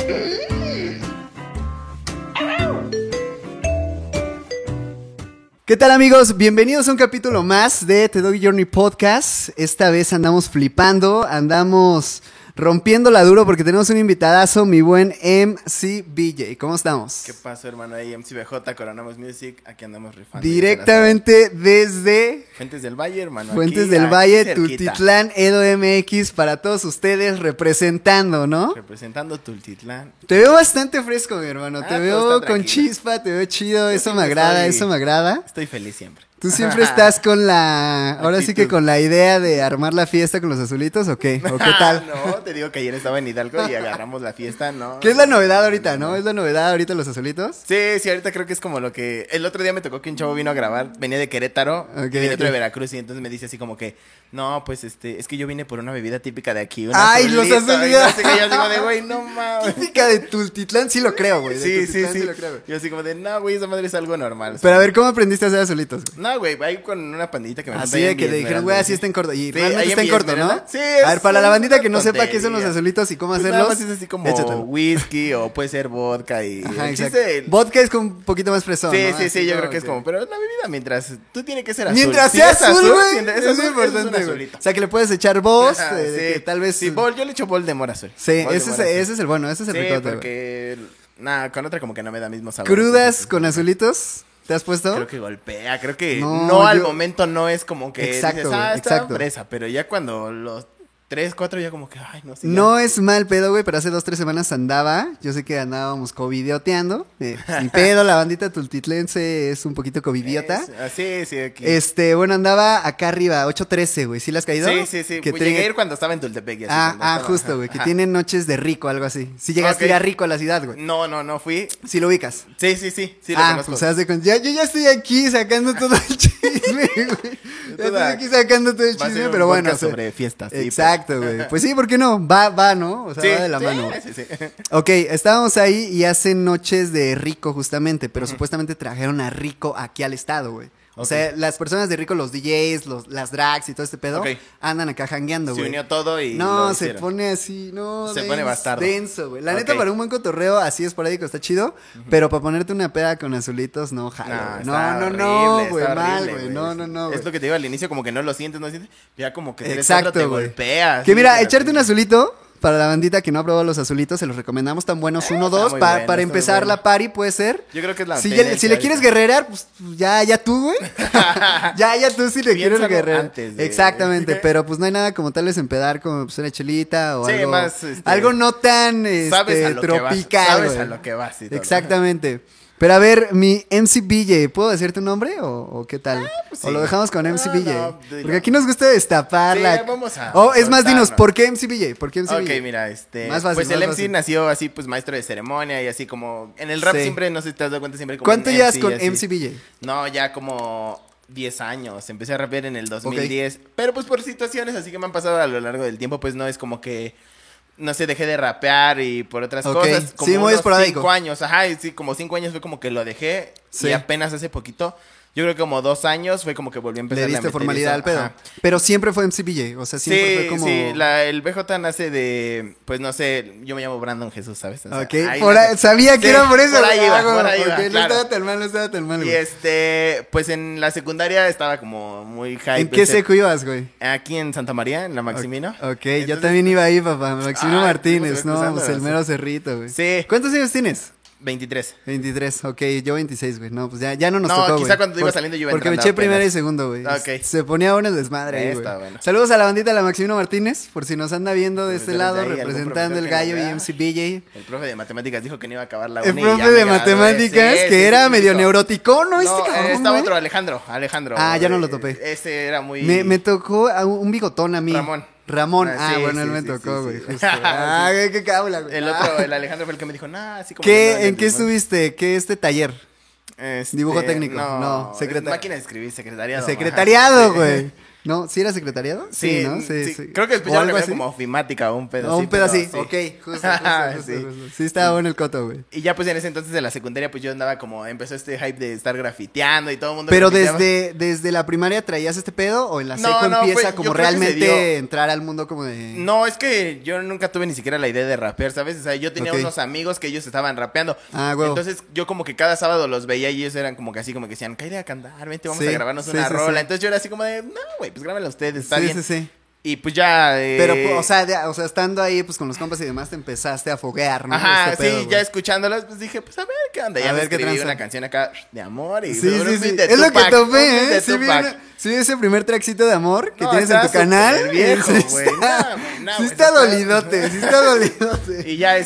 ¿Qué tal, amigos? Bienvenidos a un capítulo más de The Doggy Journey Podcast. Esta vez andamos flipando, andamos rompiéndola duro porque tenemos un invitadazo, mi buen MC BJ. ¿Cómo estamos? ¿Qué pasó, hermano? Ahí MC BJ, Coronamos Music, aquí andamos rifando. Directamente desde Fuentes del Valle, hermano. Fuentes aquí, del Valle, cerquita. Tultitlán, Edo MX, para todos ustedes representando, ¿no? Representando Tultitlán. Te veo bastante fresco, mi hermano. Te todo veo está con tranquilo. chispa, te veo chido. Eso siempre me agrada, estoy- eso me agrada. Estoy feliz siempre. ¿Tú siempre estás con la... Ahora sí que Actitud. con la idea de armar la fiesta con los azulitos o qué? ¿O qué tal? No, te digo que ayer estaba en Hidalgo y agarramos la fiesta, ¿no? ¿Qué es la novedad ahorita, no? ¿Es la novedad ahorita los azulitos? Sí, ahorita creo que es como lo que... El otro día me tocó que un chavo vino a grabar, venía de Querétaro, Ok, y venía otro ok. de Veracruz, y entonces me dice así como que, no, pues es que yo vine por una bebida típica de aquí, una ¡Ay, los azulito", y azulitos! no sé qué, yo digo de, güey, no mames. Típica de Tultitlán, sí lo creo, güey. de Sí, Tultitlán sí. lo creo, güey. Yo así como de, no, güey, esa madre es algo normal. Pero a ver, ¿cómo aprendiste a hacer azulitos, güey? No, güey, ahí con una pandita que me Así de que le dijeron, güey, así está en corto. Y realmente ahí está en Villa corto, ¿no? Esmeralda. Sí, A ver, para la bandita que no una sepa qué son los tontería. azulitos y cómo Pues hacerlos. nada más es así como échatelo. whisky o puede ser vodka y... Ajá, el exacto. chiste- Vodka es como un poquito más fresón, Sí, ¿no? sí, Así sí, yo como creo que es que- como... Pero la bebida mientras... Tú tiene que ser azul. Mientras Si sea es azul, güey. mientras- Eso es un importante, güey. azulito. O sea, que le puedes echar voz, Ajá, de que tal vez... Sí, yo le echo bol de mora azul. Sí, Bol de ese mora azul. es el bueno, ese es el Sí, ricote, güey. porque... Nada, con otra como que no me da mismo sabor. ¿Crudas Entonces, con azulitos? ¿Te has puesto? Creo que golpea, creo que No, no, al yo- momento no es como que Exacto, dices, güey, está exacto. fresa, pero ya cuando los 3, 4 ya como que, ay, no sé. ya. No es mal pedo, güey, pero hace 2-3 semanas andaba. Yo sé que andábamos covidioteando. Sin pedo, la bandita tultitlense es un poquito covidiota. Sí, aquí. Bueno, andaba acá arriba, 813, güey. ¿Sí la has caído? Sí. Que Pues llegué a ir cuando estaba en Tultepec. y así, cuando estaba- Justo, güey. Que ajá. tienen noches de rico, algo así. Si llegaste a ir a Ok. rico a la ciudad, güey. No fui. Si lo ubicas. Sí, lo conozco. Pues haz de cuenta. Yo ya estoy aquí sacando todo el chisme, güey. Ya estoy aquí sacando todo el Va a ser chisme, un pero bueno. podcast sobre fiestas. sí, Exacto, güey. Pues sí, ¿por qué no? Va, ¿no? O sea, pues. va de la mano. güey. Sí. Ok, estábamos ahí y hacen noches de Rico justamente, pero supuestamente trajeron a Rico aquí al estado, güey. O Ok. sea, las personas de Rico, los DJs, las drags y todo este pedo, Ok. andan acá jangueando, Se güey. unió todo y No, lo se hicieron. pone así, no, Se pone bastardo. denso, güey. La neta, Ok. para un buen cotorreo, así esporádico, está chido, pero para ponerte una peda con azulitos, no, jalo, güey. está No, horrible, güey, está mal, horrible, güey, no, güey. Es lo que te digo al inicio, como que no lo sientes, ya como que Exacto, te güey. golpea. Que así, mira, de echarte un repente. azulito, para la bandita que no ha probado los azulitos, se los recomendamos tan buenos, 1, 2, muy para bueno, está muy empezar bueno. la party, puede ser. Yo creo que es la Si, tendencia si le quieres ahorita. guerrerar, pues ya tú, güey. ya tú si le quieres Piénsalo guerrerar. antes de- Exactamente, pero pues no hay nada como tal vez empedar como pues, una chelita o Sí, algo, más, algo no tan Sabes a lo que vas, tropical, sabes güey. a lo que vas y todo. Exactamente. Pero a ver, mi MC BJ, ¿puedo decir tu nombre o qué tal? pues O sí. lo dejamos con MC BJ. no, dilo. Porque aquí nos gusta destapar Sí, la... vamos a es más, dinos, soltarnos. ¿por qué MC BJ? ¿Por qué MC Ok, BJ? mira, Más fácil, pues el más MC fácil. nació así, pues maestro de ceremonia y así como, en el rap Sí. siempre, no sé si te has dado cuenta, siempre como ¿Cuánto un llevas MC con así. MC BJ? No, ya como 10 años, empecé a rapear en el 2010, pero pues por situaciones así que me han pasado a lo largo del tiempo, pues no es como que, no sé, dejé de rapear y por otras Ok. cosas, como Sí, muy unos esporádico. 5 años, ajá, y sí, como 5 años fue como que lo dejé Sí. y apenas hace poquito, yo creo que como 2 años fue como que volví a empezar Le a diste meter formalidad eso, al pedo. ajá. Pero siempre fue MC BJ, o sea, siempre fue como... Sí, el BJ nace de, pues no sé, yo me llamo Brandon Jesús, ¿sabes? O sea, Ok, ahí por nace. ahí- sabía que Sí, era por eso. Por ahí güey. iba, güey, por ahí iba, ok, no claro. estaba tan mal, no estaba tan mal, Y güey. pues en la secundaria estaba como muy hype. ¿En qué seco ibas, güey? Aquí en Santa María, en la Maximino. Ok, yo Entonces, también iba ahí, papá. Maximino Ah, Martínez, estuvimos no, cruzando, pues el sí. mero cerrito, güey. Sí. ¿Cuántos años tienes? 23. 23, ok, yo 26, güey. No, pues ya no nos No, tocó, quizá güey. cuando iba saliendo yo iba Porque me entrando eché primero y apenas. segundo, güey. Ok. Se ponía bueno el desmadre ahí, güey. Está bueno. Saludos a la bandita de la Maximino Martínez, por si nos anda viendo de este Profesores lado, de ahí, algún representando el profesor que gallo y nos MC BJ. El profe de matemáticas dijo que no iba a acabar la El uni y profe ya me de gradué. matemáticas, Sí, que sí, era sí, medio dijo. neuroticón, ¿no? Este No, cabrón, estaba güey. otro Alejandro. Ah, ya no lo topé. Ese era muy... Me tocó a un bigotón a mí. Ramón. Ah, sí, Bueno, él sí, me sí, tocó, sí, güey. sí. Justo. Ah, qué cabla, güey. El otro, el Alejandro fue el que me dijo, nah, así como... ¿En qué estuviste? ¿Qué taller? Este, Dibujo técnico, no, es secretaria. máquina de escribir, secretariado. Secretariado, Ajá. güey. ¿No? ¿Sí era secretariado? Sí, ¿no? Sí. Creo que después ya lo como ofimática o un pedo así. O un pedo así, sí. ok, justo. Sí, estaba bueno el coto, güey. Y ya pues en ese entonces de la secundaria pues yo andaba como, empezó este hype de estar grafiteando y todo el mundo. Pero grafiteaba. desde la primaria traías este pedo o en la seco No, empieza yo como creo que se realmente dio. entrar al mundo como de... No, es que yo nunca tuve ni siquiera la idea de rapear, ¿sabes? O sea, yo tenía Ok. unos amigos que ellos estaban rapeando. Ah, huevo. Entonces yo como que cada sábado los veía y ellos eran como que así como que decían, cállate a cantar, vente, vamos Sí, a grabarnos sí, una sí, rola. sí. Entonces yo era así como de, no, güey, pues grábenla ustedes, está Sí, bien. sí. Y pues ya... Pero, o sea, estando ahí pues con los compas y demás te empezaste a foguear, ¿no? Ajá, Este pedo, sí, ya güey. escuchándolas, pues dije, pues a ver qué onda. A Ya me ver qué escribí tranza. una canción acá de amor y Sí, seguro sí, un sí. beat de Es lo que Tupac, un topé, beat de ¿eh? Sí, Tupac. sí, ese primer trackcito de amor que No, tienes en está tu canal. súper viejo, Sí güey. está- No, sí güey, está dolidote, sí está dolidote. Y ya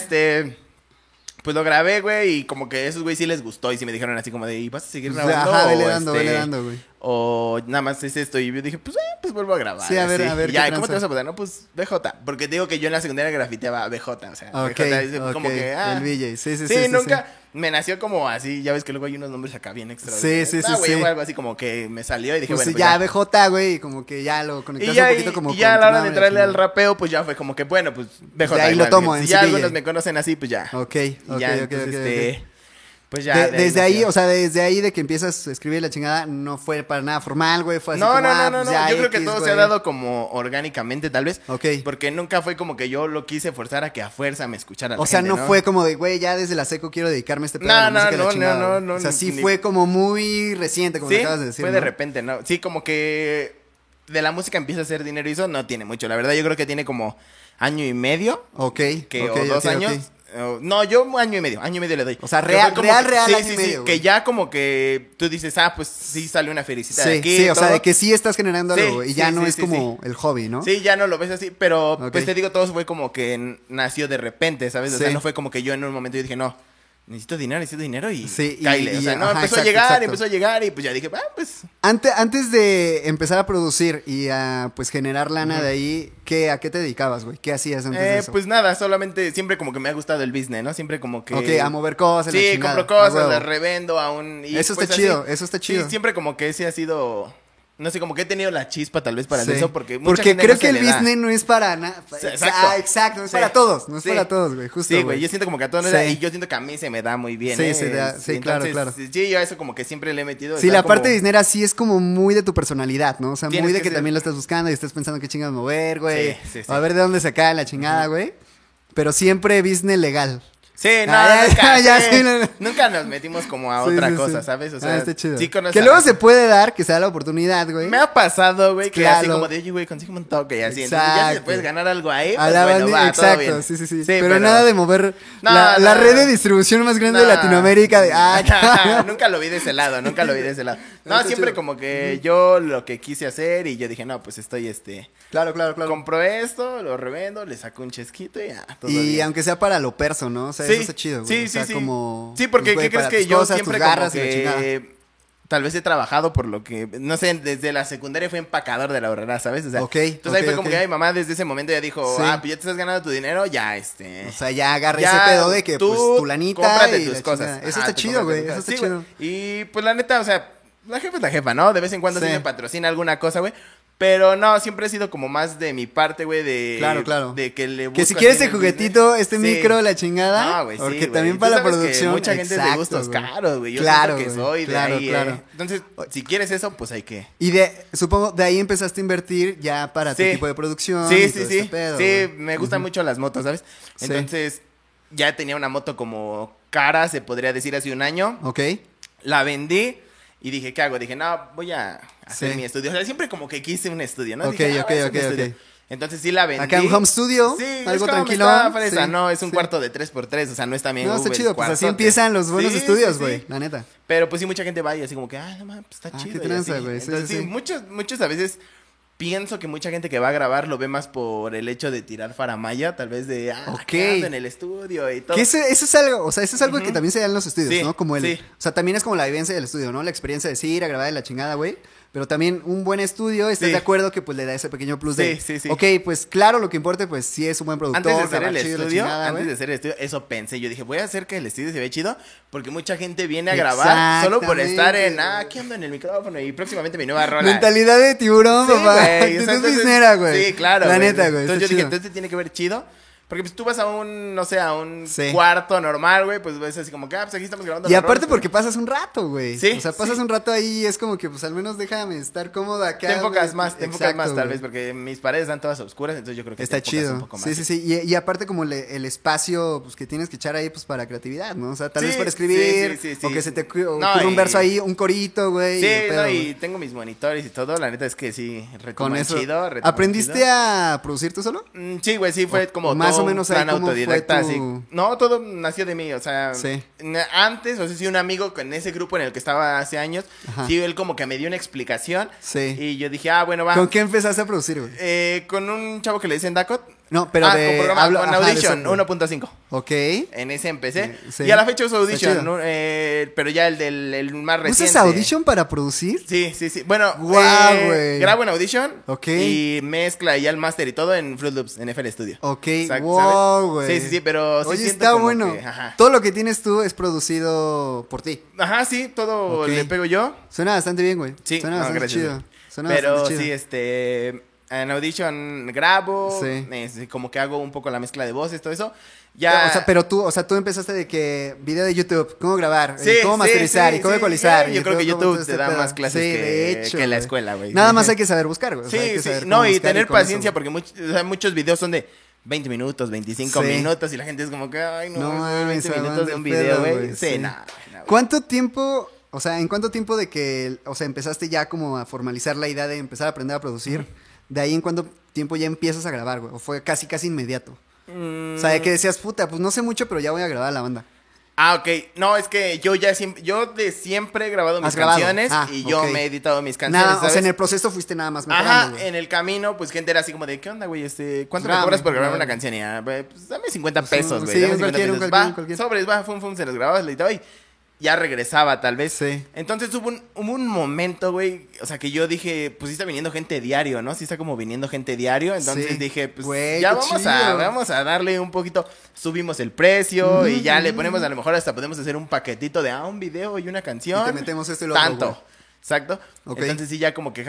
pues lo grabé, güey, y como que a esos güey sí les gustó y sí me dijeron así como de, ¿y vas a seguir grabando? Ajá, o, vele dando, güey. O nada más es esto. Y yo dije, pues vuelvo a grabar. Sí, a ver, así. Y ¿qué ya, ¿cómo tranza? te vas a poner? No, pues BJ. Porque te digo que yo en la secundaria grafiteaba BJ, o sea, Ok, BJ es como ok, que, el VJ, sí. Sí, nunca me nació como así, ya ves que luego hay unos nombres acá bien extra. Sí, güey, sí. algo así como que me salió y dije, Pues bueno, sí, ya BJ, güey, y como que ya lo y conectaste ya, un poquito como y ya a con la tu hora de nombre, entrarle así. al rapeo, pues ya fue como que, bueno, pues BJ. De ahí lo igual, tomo, si en ya CBJ. algunos me conocen así, pues ya. Ok, Y ya, ok, entonces, ok. pues ya. Desde ahí, nació. o sea, desde ahí de que empiezas a escribir la chingada, no fue para nada formal, güey, fue así No, como, no. pues ya Yo creo que X, todo se güey. ha dado como orgánicamente, tal vez. Ok. Porque nunca fue como que yo lo quise forzar a que a fuerza me escuchara la O sea, gente, no fue como de, güey, ya desde la seco quiero dedicarme a este pedo de la No, música y la no, chingada, no, güey. no, O sea, sí ni- fue como muy reciente, como Sí, te acabas de decir, fue de ¿no? repente, ¿no? Sí, como que de la música empieza a hacer dinero y eso no tiene mucho. La verdad, yo creo que tiene como año y medio. Ok, Que, ok, o 2 ok, años. ok. No, yo año y medio le doy. O sea, Que real, fue como real, que- año y medio, güey. que ya como que tú dices, pues sí salió una felicita de Sí, aquí. sí, o sea, todo. de que sí estás generando Sí, algo, güey, y ya sí, no sí, es sí, como el hobby, ¿no? Sí, ya no lo ves así, pero Ok. pues te digo, todo fue como que nació de repente, ¿sabes? O sea, Sí. no fue como que yo en un momento yo dije, no, necesito dinero y Sí, cáele. O sea, no, ajá, empezó exacto. a llegar y pues ya dije, pues... Antes de empezar a producir y a, pues, generar lana de ahí, ¿a qué te dedicabas, güey? ¿Qué hacías antes de eso? Pues nada, solamente siempre como que me ha gustado el business, ¿no? Siempre como que... Ok, a mover cosas, la Sí, chingada, compro a cosas, huevo. las revendo aún. Y Eso pues está chido, eso está chido. Sí, siempre como que ese ha sido... No sé, como que he tenido la chispa tal vez para hacer Sí. eso porque mucha Porque gente creo no que se el le da. business no es para nada. Sí, exacto. Exacto, no es Sí. para todos, no es Sí. para todos, güey, justo. Sí, güey, yo siento como que a todos nos Sí. da, y yo siento que a mí se me da muy bien, Sí, se da, sí, claro, claro. Sí, yo a eso como que siempre le he metido. Sí, estar la parte como- businessera sí es como muy de tu personalidad, ¿no? O sea, Tienes muy de que que ser- también lo estás buscando y estás pensando qué chingas mover, güey. Sí. A ver de dónde sacar la chingada, güey. Pero siempre business legal. Sí, no, Ah, nunca, ya, sí. sí, no. Nunca nos metimos como a Sí, otra sí, cosa, sí. ¿sabes? O sea, está chido. sí conoces Que a luego la se puede dar, que se da la oportunidad, güey. Me ha pasado, güey, que Claro. así como de, oye, güey, consígueme un toque y así. Entonces, ya si Exacto. puedes ganar algo ahí, A pues la bueno, banda, va, todo exacto, bien. sí. Pero nada de mover No, la no. red de distribución más grande de No. Latinoamérica. Claro. Nunca lo vi de ese lado, nunca lo vi de ese lado. No, Está siempre chido. como que yo lo que quise hacer y yo dije, no, pues estoy Claro. compro esto, lo revendo, le saco un chesquito y ya, todo Y bien. aunque sea para lo perso, ¿no? O sea, Sí, eso está chido, güey. sí, O sea, sí. como... Sí, porque pues, güey, ¿qué crees para que tus yo cosas, siempre tus garras como y la chingada. que tal vez he trabajado por lo que, no sé, desde la secundaria fui empacador de la horrera, ¿sabes? O sea, Ok, entonces ahí fue ok, como ok. que ay, mamá desde ese momento ya dijo, Sí. pues ya te estás ganando tu dinero, ya O sea, ya agarra ya, ese pedo de que, tú pues, tu lanita cómprate y tus la cosas. chingada. Eso Ajá, está tú chido, cómprate güey. tus Eso cosas. está Sí, güey. chido. Y pues la neta, o sea, la jefa es la jefa, ¿no? De vez en cuando sí Sí. me patrocina alguna cosa, güey. Pero no, siempre he sido como más de mi parte, güey, de... Claro. De que le Que si busco quieres así el en el juguetito, business. este Sí. micro, la chingada. No, güey, sí, Porque güey. también Tú para la sabes que producción. mucha gente es de exacto, gustos güey. caros, güey. Yo Claro, siento que güey. soy de Claro, ahí, claro. Entonces, si quieres eso, pues hay que... Y supongo, de ahí empezaste a invertir ya para tu Sí. tipo de producción. Sí, y sí, todo sí. este pedo, Sí, güey. me gustan mucho las motos, ¿sabes? Sí. Entonces, ya tenía una moto como cara, se podría decir, hace un año. Ok. La vendí y dije, ¿qué hago? Dije, no, voy a hacer Sí. mi estudio. O sea, siempre como que quise un estudio, ¿no? Ok, Dije, ok, voy a hacer ok, un estudio. ok. Entonces sí la vendí. Acá un home studio, Sí, algo es como tranquilo. está fresa, Sí, no, es un sí. cuarto de 3x3, o sea, no está bien. No, está el chido, pues así cuartote. empiezan los buenos Sí, estudios, sí, güey, sí. la neta. Pero pues sí, mucha gente va y así como que, no mames, está Ah, chido. qué y tranza, así. güey, sí, Entonces sí, sí, sí. muchos a veces pienso que mucha gente que va a grabar lo ve más por el hecho de tirar faramaya, tal vez de, Ok. que ando en el estudio y todo. Que eso es algo, o sea, eso es algo que también se da en los estudios, Sí, ¿no? Como sí. o sea, también es como la vivencia del estudio, ¿no? La experiencia de sí, ir a grabar de la chingada, güey. pero también un buen estudio, ¿estás Sí. de acuerdo que pues le da ese pequeño plus de... Sí. Ok, pues claro, lo que importa pues sí es un buen productor. Antes de hacer grabar el chido, la estudio, chingada, antes güey. de hacer el estudio, eso pensé. Yo dije, voy a hacer que el estudio se vea chido, porque mucha gente viene a grabar solo por estar en, aquí ando en el micrófono y próximamente mi nueva rola. Mentalidad de tiburón, Sí, papá. güey, o sea, Actitud entonces- biznera, güey. Sí, claro. La güey. neta, güey. Entonces está yo dije, chido. entonces tiene que ver chido. Porque pues tú vas a un, no sé, a un Sí. cuarto normal, güey, pues ves así como que, pues aquí estamos grabando. Y la aparte rola, porque pasas un rato, güey. Sí, O sea, pasas sí. un rato ahí y es como que, pues, al menos déjame estar cómodo acá. Te enfocas güey. más, Exacto, tal güey. vez, porque mis paredes están todas oscuras, entonces yo creo que Está te enfocas chido. un poco más. Sí. Y aparte como el espacio pues, que tienes que echar ahí pues para creatividad, ¿no? O sea, tal Sí, vez para escribir sí. o que se te ocurra No, un verso ahí, un corito, güey. Sí, y el pedo, no, güey. y tengo mis monitores y todo, la neta es que sí, Con retoman eso. chido, retoman ¿Aprendiste chido. a producir tú solo? Sí, güey, sí, fue como más todo o menos un ahí plan cómo fue autodidacta, tu- así. No, todo nació de mí, o sea, Sí. antes, o sea, sí, un amigo en ese grupo en el que estaba hace años, Ajá. sí, él como que me dio una explicación. Sí. Y yo dije, bueno, va. ¿Con qué empezaste a producir, güey? Con un chavo que le dicen Dakot. No, pero con de... programa, con ajá, de Audition, software. 1.5. Ok. En ese empecé. Sí. Y a la fecha uso Está Audition, chido. ¿no? Pero ya el más reciente. ¿Usas Audition para producir? Sí. Bueno, Guau, güey. grabo en Audition. Ok. Y mezcla ya el máster y todo en Fruit Loops, en FL Studio. Ok, ¿Sabes? wow, güey. Sí, pero sí Oye, siento está como bueno. que, ajá. Todo lo que tienes tú es producido por ti. Ajá, sí, todo Ok. le pego yo. Suena bastante bien, güey. Sí, Suena no, bastante gracias, chido. güey. Suena Pero bastante chido. sí, en Audition grabo, Sí. como que hago un poco la mezcla de voces, todo eso. Ya. Pero tú empezaste de que video de YouTube, cómo grabar, Sí, cómo masterizar y cómo ecualizar. Yo y creo que cómo YouTube todo te este da pedo. más clases Sí, que, de hecho, que la güey. escuela, güey. Nada más hay que saber buscar, güey. O sea, hay que Sí, saber no, cómo y buscar tener con eso, paciencia güey. porque o sea, muchos videos son de 20 minutos, 25 Sí. minutos y la gente es como que, ay, no, No es mames, 20 se van minutos de de un pedo, video, güey. güey, Sí, sí. no, güey. ¿Cuánto tiempo, o sea, en cuánto tiempo de que, o sea, empezaste ya como a formalizar la idea de empezar a aprender a producir? De ahí en cuánto tiempo ya empiezas a grabar, güey. O fue casi inmediato. O sea, de que decías, puta, pues no sé mucho, pero ya voy a grabar a la banda. Ok. No, es que yo de siempre he grabado mis ¿Has grabado? canciones y yo ok. me he editado mis canciones, Nada, o ¿sabes? sea, en el proceso fuiste nada más mejorando, Ajá, güey. en el camino, pues gente era así como de, ¿qué onda, güey? ¿Cuánto me Graba, cobras por grabar graba. una canción? Y pues dame 50 Pues, pesos, güey. sí, dame un 50 cualquiera, pesos. un Va, cualquiera. sobres, va, se los grababas, le editaba y ya regresaba, tal vez. Sí. Entonces hubo un momento, güey, o sea, que yo dije, pues sí está viniendo gente diario, ¿no? Sí está como viniendo gente diario. Entonces Sí. dije, pues Güey, ya qué vamos a darle un poquito, subimos el precio y ya le ponemos, a lo mejor hasta podemos hacer un paquetito de, un video y una canción. Y te metemos esto y lo otro, Tanto. güey. Exacto. Ok. Entonces sí, ya como que...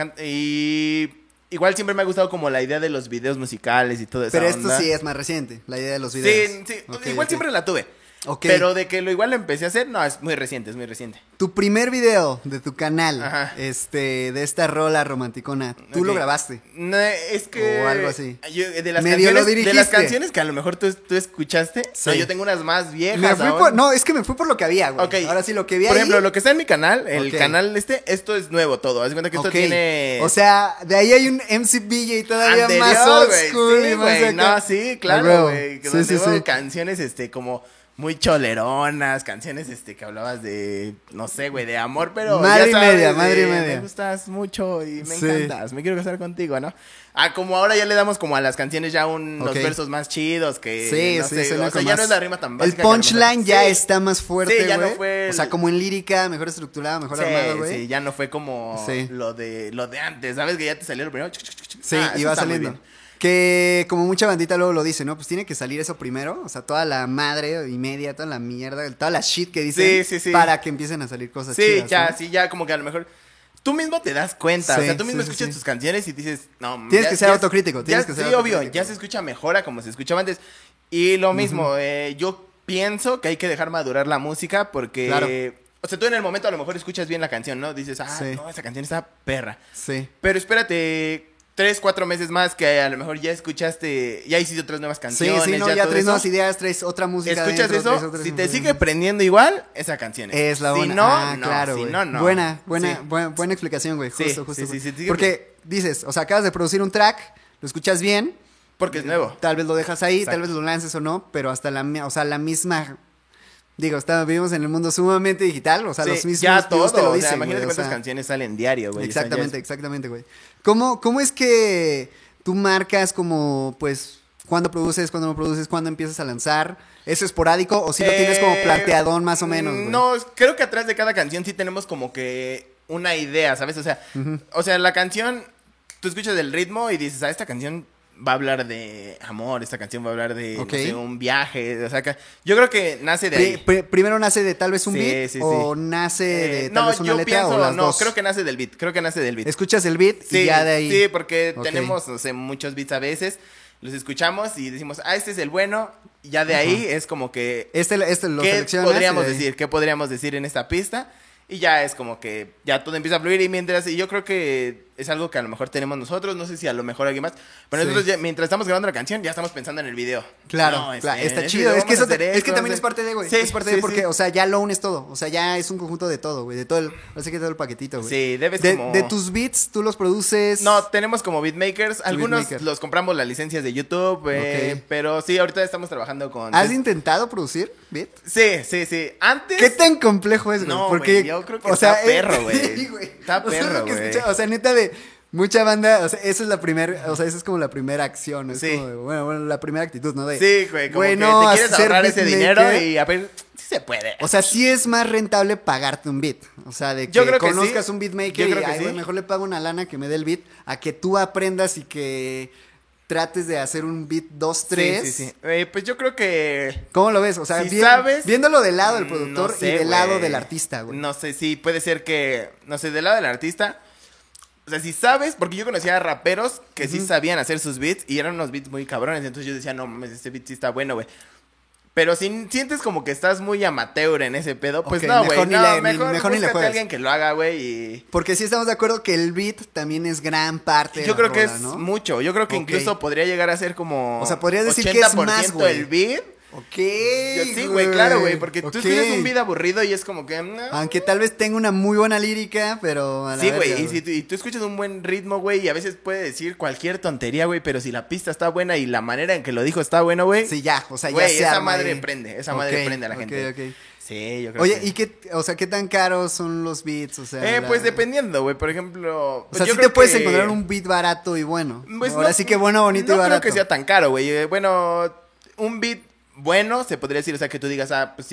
Y igual siempre me ha gustado como la idea de los videos musicales y todo eso. Pero esto sí es más reciente, la idea de los Sí, videos. sí. Ok, Igual ok. siempre la tuve. Ok. Pero de que lo igual lo empecé a hacer, no, es muy reciente, es muy reciente. Tu primer video de tu canal, Ajá. de esta rola romanticona, tú lo Ok. grabaste. grabaste. No, es que... O algo así. De las, Medio lo canciones, de las dirigiste. canciones que a lo mejor tú escuchaste, Sí. no, yo tengo unas más viejas Me fui aún. no, es que me fui por lo que había, güey. Ok. Ahora sí, lo que vi Por ahí. ejemplo, lo que está en mi canal, el Ok. canal esto es nuevo todo. Haz de cuenta que esto Ok. tiene... O sea, de ahí hay un MCBJ todavía anterior, más old güey. school Sí, y más güey. acá. No, sí, A claro, huevo. güey. Que Sí, donde sí, hubo sí. canciones, como muy choleronas, canciones, que hablabas de, no sé, güey, de amor, pero Madre ya y sabes, media, de, madre y media. Me gustas mucho y me Sí. encantas, me quiero casar contigo, ¿no? Como ahora ya le damos como a las canciones ya unos Ok. versos más chidos que, Sí, no sí, sé, suena o sea, con ya más- no es la rima tan El básica. que a lo mejor- punchline ya Sí. está más fuerte, Sí, ya no güey. fue O sea, el- como en lírica, mejor estructurada, mejor Sí, armado, güey. sí, ya no fue como Sí. lo de antes, ¿sabes? Que ya te salió lo primero. Sí, Eso y va está muy saliendo. bien. Que como mucha bandita luego lo dice, ¿no? Pues tiene que salir eso primero. O sea, toda la madre y media, toda la mierda, toda la shit que dicen. Sí, sí, sí. Para que empiecen a salir cosas Sí, chidas. ya, ¿no? sí, ya como que a lo mejor tú mismo te das cuenta, Sí, o sea, tú mismo sí, sí, escuchas sí. tus canciones y dices, no, Tienes que ser autocrítico, tienes que ser sí, obvio, autocrítico. ya se escucha mejor a como se escuchaba antes. Y lo mismo, yo pienso que hay que dejar madurar la música porque Claro. o sea, tú en el momento a lo mejor escuchas bien la canción, ¿no? Dices, Sí. no, esa canción está perra. Sí. Pero espérate 3, 4 meses más que a lo mejor ya escuchaste, ya hiciste otras nuevas Sí, canciones, sí, no, ya todo traes eso. nuevas ideas, traes otra música. Escuchas dentro, eso, traes otras si te músicas. sigue prendiendo igual, esa canción Es la Si buena. no, no, claro, si güey. no, no. Buena Sí. buena explicación, güey. Sí, Justo, justo. sí, sí, justo. sí, sí, Porque dices, o sea, acabas de producir un track, lo escuchas bien, Porque es nuevo. tal vez lo dejas ahí, Exacto. tal vez lo lances o no, pero hasta la misma. Digo, vivimos en el mundo sumamente digital, o sea, Sí, los mismos ya videos todo, te lo o dicen, sea, imagínate güey, o cuántas sea, canciones salen diario, güey. o sea, ya Exactamente, es- exactamente, güey. ¿Cómo es que tú marcas como, pues, cuándo produces, cuándo no produces, cuándo empiezas a lanzar? ¿Es esporádico o si lo tienes como planteadón más o menos, güey? No, creo que atrás de cada canción sí tenemos como que una idea, ¿sabes? O sea, la canción, tú escuchas el ritmo y dices, esta canción va a hablar de amor, esta canción va a hablar de, no sé, un viaje, o sea, yo creo que nace de ahí. ¿Primero nace de tal vez un beat o nace de tal vez una letra o las dos? Creo que nace del beat, Escuchas el beat y ya de ahí. Sí, porque tenemos, no sé, muchos beats a veces, los escuchamos y decimos, este es el bueno, y ya de ahí es como que... Este lo ¿qué podríamos decir en esta pista? Y ya es como que ya todo empieza a fluir y yo creo que es algo que a lo mejor tenemos nosotros, no sé si a lo mejor alguien más, pero nosotros ya, mientras estamos grabando la canción ya estamos pensando en el video. Claro, está chido, es que también es parte de, güey, es parte de porque, o sea, ya lo unes todo, o sea, ya es un conjunto de todo, güey, de todo el paquetito, güey. Sí, de tus beats, tú los produces. No, tenemos como beatmakers, algunos los compramos las licencias de YouTube, pero sí, ahorita estamos trabajando con... ¿Has intentado producir beat? Sí, antes... ¿Qué tan complejo es, güey? No, porque yo creo que está perro, güey. Sí, está perro, güey. O sea, neta de mucha banda, o sea, esa es como la primera acción, es como de, bueno, la primera actitud, ¿no? Sí, güey, como que te quieres ahorrar ese dinero y a ver, sí se puede. O sea, sí es más rentable pagarte un beat, o sea, de que conozcas un beatmaker y, güey, mejor le pago una lana que me dé el beat a que tú aprendas y que trates de hacer un beat 2, 3. Sí. Pues yo creo que... ¿Cómo lo ves? O sea, viéndolo del lado del productor y del lado del artista, güey. No sé, sí, puede ser que... No sé, del lado del artista... O sea, si sabes... Porque yo conocía a raperos que sí sabían hacer sus beats y eran unos beats muy cabrones. Entonces yo decía, no mames, este beat sí está bueno, güey. Pero si sientes como que estás muy amateur en ese pedo, pues no, güey. Mejor ni le juegues. Alguien que lo haga, güey. Porque sí estamos de acuerdo que el beat también es gran parte de la rola, que es mucho. Yo creo que incluso podría llegar a ser como... O sea, podrías decir que es más, güey. el beat. Sí, güey, claro, güey. Porque tú escuchas un beat aburrido y es como que... No. Aunque tal vez tenga una muy buena lírica, pero... Sí, güey. Y tú escuchas un buen ritmo, güey, y a veces puede decir cualquier tontería, güey, pero si la pista está buena y la manera en que lo dijo está buena, güey... Sí, ya, o sea, ya se esa madre prende. Esa madre prende a la gente. Ok. Sí, yo creo que... Oye, ¿y qué tan caros son los beats? O sea, pues dependiendo, güey. Por ejemplo... Pues o sea, sí te puedes encontrar un beat barato y bueno. Pues ahora sí que bueno, bonito y barato. No creo que sea tan caro, güey. Bueno, un beat bueno, se podría decir, o sea, que tú digas, pues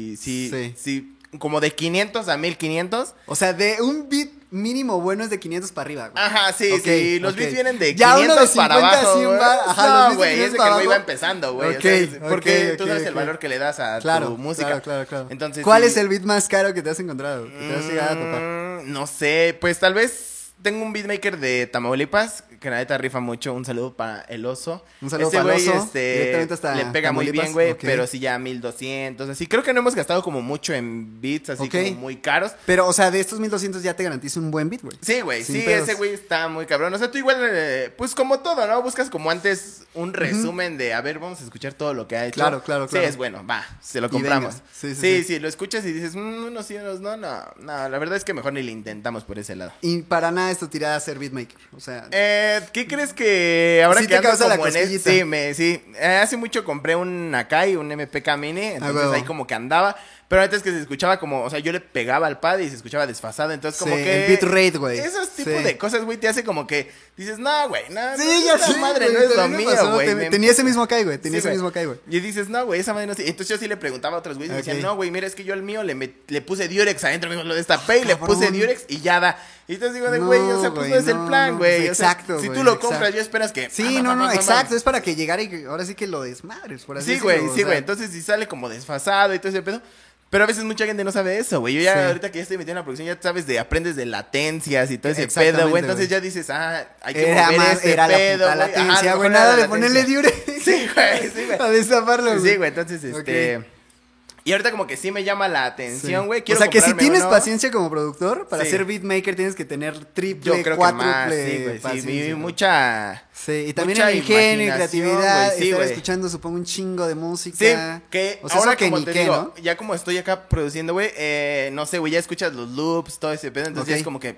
sí, como de 500 a 1500. O sea, de un beat mínimo bueno es de 500 para arriba, güey. Ajá, sí, los beats vienen de 500 para abajo, no, güey, es de que el güey va empezando, güey. Porque tú sabes el valor que le das a tu música. Claro. Entonces, ¿cuál es el beat más caro que te has encontrado? Que te has llegado a topar. No sé, pues tal vez... Tengo un beatmaker de Tamaulipas que la neta rifa mucho. Un saludo para el oso. Un saludo para el oso. Le pega muy bien, güey. Pero sí ya 1200. Así creo que no hemos gastado como mucho en beats así como muy caros. Pero, o sea, de estos 1200 ya te garantizo un buen beat, güey. Sí, güey. Sí, ese güey está muy cabrón. O sea, tú igual, pues como todo, ¿no? Buscas como antes un resumen de, a ver, vamos a escuchar todo lo que ha hecho. Claro. Sí, es bueno, va, se lo compramos. Sí, lo escuchas y dices, unos sí, unos no. La verdad es que mejor ni le intentamos por ese lado. Y para nada esto tirada a ser beatmaker, o sea... ¿Qué crees que ahora sí que ando como en sí, hace mucho compré un Akai, un MPK Mini, entonces ahí como que andaba, pero antes que se escuchaba como, o sea, yo le pegaba al pad y se escuchaba desfasado, entonces como que... el bitrate, güey. Esos tipos de cosas, güey, te hace como que dices, no, güey, no, ya sé, madre, no es lo mío, güey. Tenía ese mismo Akai, güey, Y dices, no, güey, esa madre no sé. Entonces yo sí le preguntaba a otros güeyes y me decían, no, güey, mira, es que yo al mío le puse Durex adentro, mismo lo destapé y le puse Durex y ya da. Y entonces digo, güey, o sea, pues no es el plan, güey. Exacto, si tú lo compras, yo esperas que... Sí, exacto, es para que llegara y ahora sí que lo desmadres, por así decirlo. Sí, güey, entonces si sale como desfasado y todo ese pedo... Pero a veces mucha gente no sabe eso, güey. Yo ya, ahorita que ya estoy metido en la producción, ya sabes aprendes de latencias y todo ese pedo, güey. Entonces ya dices, hay que mover ese pedo, la latencia, güey. Nada de ponerle Durex. Sí, güey. A destaparlo, güey. Sí, güey, entonces, Y ahorita como que sí me llama la atención, güey. O sea, que si tienes paciencia como productor, para ser beatmaker tienes que tener triple, cuádruple paciencia. Sí, mucha... Sí, y también el ingenio y creatividad, estar escuchando, supongo, un chingo de música. Sí, que o sea, ahora como te digo, ¿no? Ya como estoy acá produciendo, güey, no sé, güey, ya escuchas los loops, todo ese pedo, entonces ya es como que...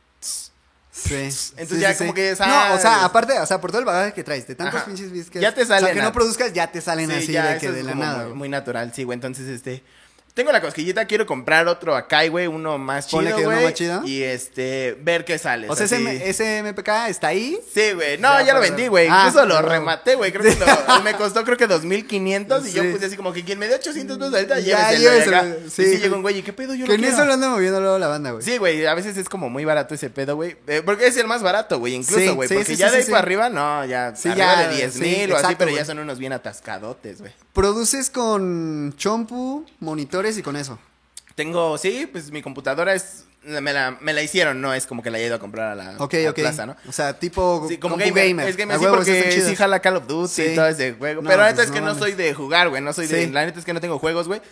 Sí. Entonces ya como que... No, o sea, aparte, o sea, por todo el bagaje que traes, de tantos pinches beats que... Ya te salen... O sea, que no produzcas, ya te salen así de que de la nada. Muy natural, sí, güey, entonces, tengo la cosquillita, quiero comprar otro Akai, güey, uno más Ponle chido, que uno güey. más chido. Y ver qué sale. O sea, ese MPK está ahí. Sí, güey. No, ya lo vendí, güey. Ah, Incluso lo no. rematé, güey. Creo que me costó, creo que 2,500. Y Sí. yo puse así como que quien me dio 800 pesos ahorita, Ya, lléveselo de acá. lléveselo. Y Sí. sí llegó un güey, ¿y qué pedo? Yo Que lo en quiero. eso lo anda moviendo luego la banda, güey. Sí, güey, a veces es como muy barato ese pedo, güey. Porque es el más barato, güey, incluso, Sí, güey. sí, porque sí, ya sí, de ahí sí, para sí. arriba, no, ya. Sí, arriba ya, de 10,000 sí, o así, exacto, pero güey. ya son unos bien atascadotes, güey. Produces con chompu, monitores y con eso. Tengo, sí, pues mi computadora me la hicieron, no es como que la haya ido a comprar a la Ok, a ok. plaza, ¿no? O sea, tipo Sí, como compu gamer. Es gamer, A sí, huevo, están porque chidos. sí jala Call of Duty Sí. y todo ese juego. No, Pero la pues neta es no que no mames. soy de jugar, güey. No soy de. Sí. La neta es que no tengo juegos, güey.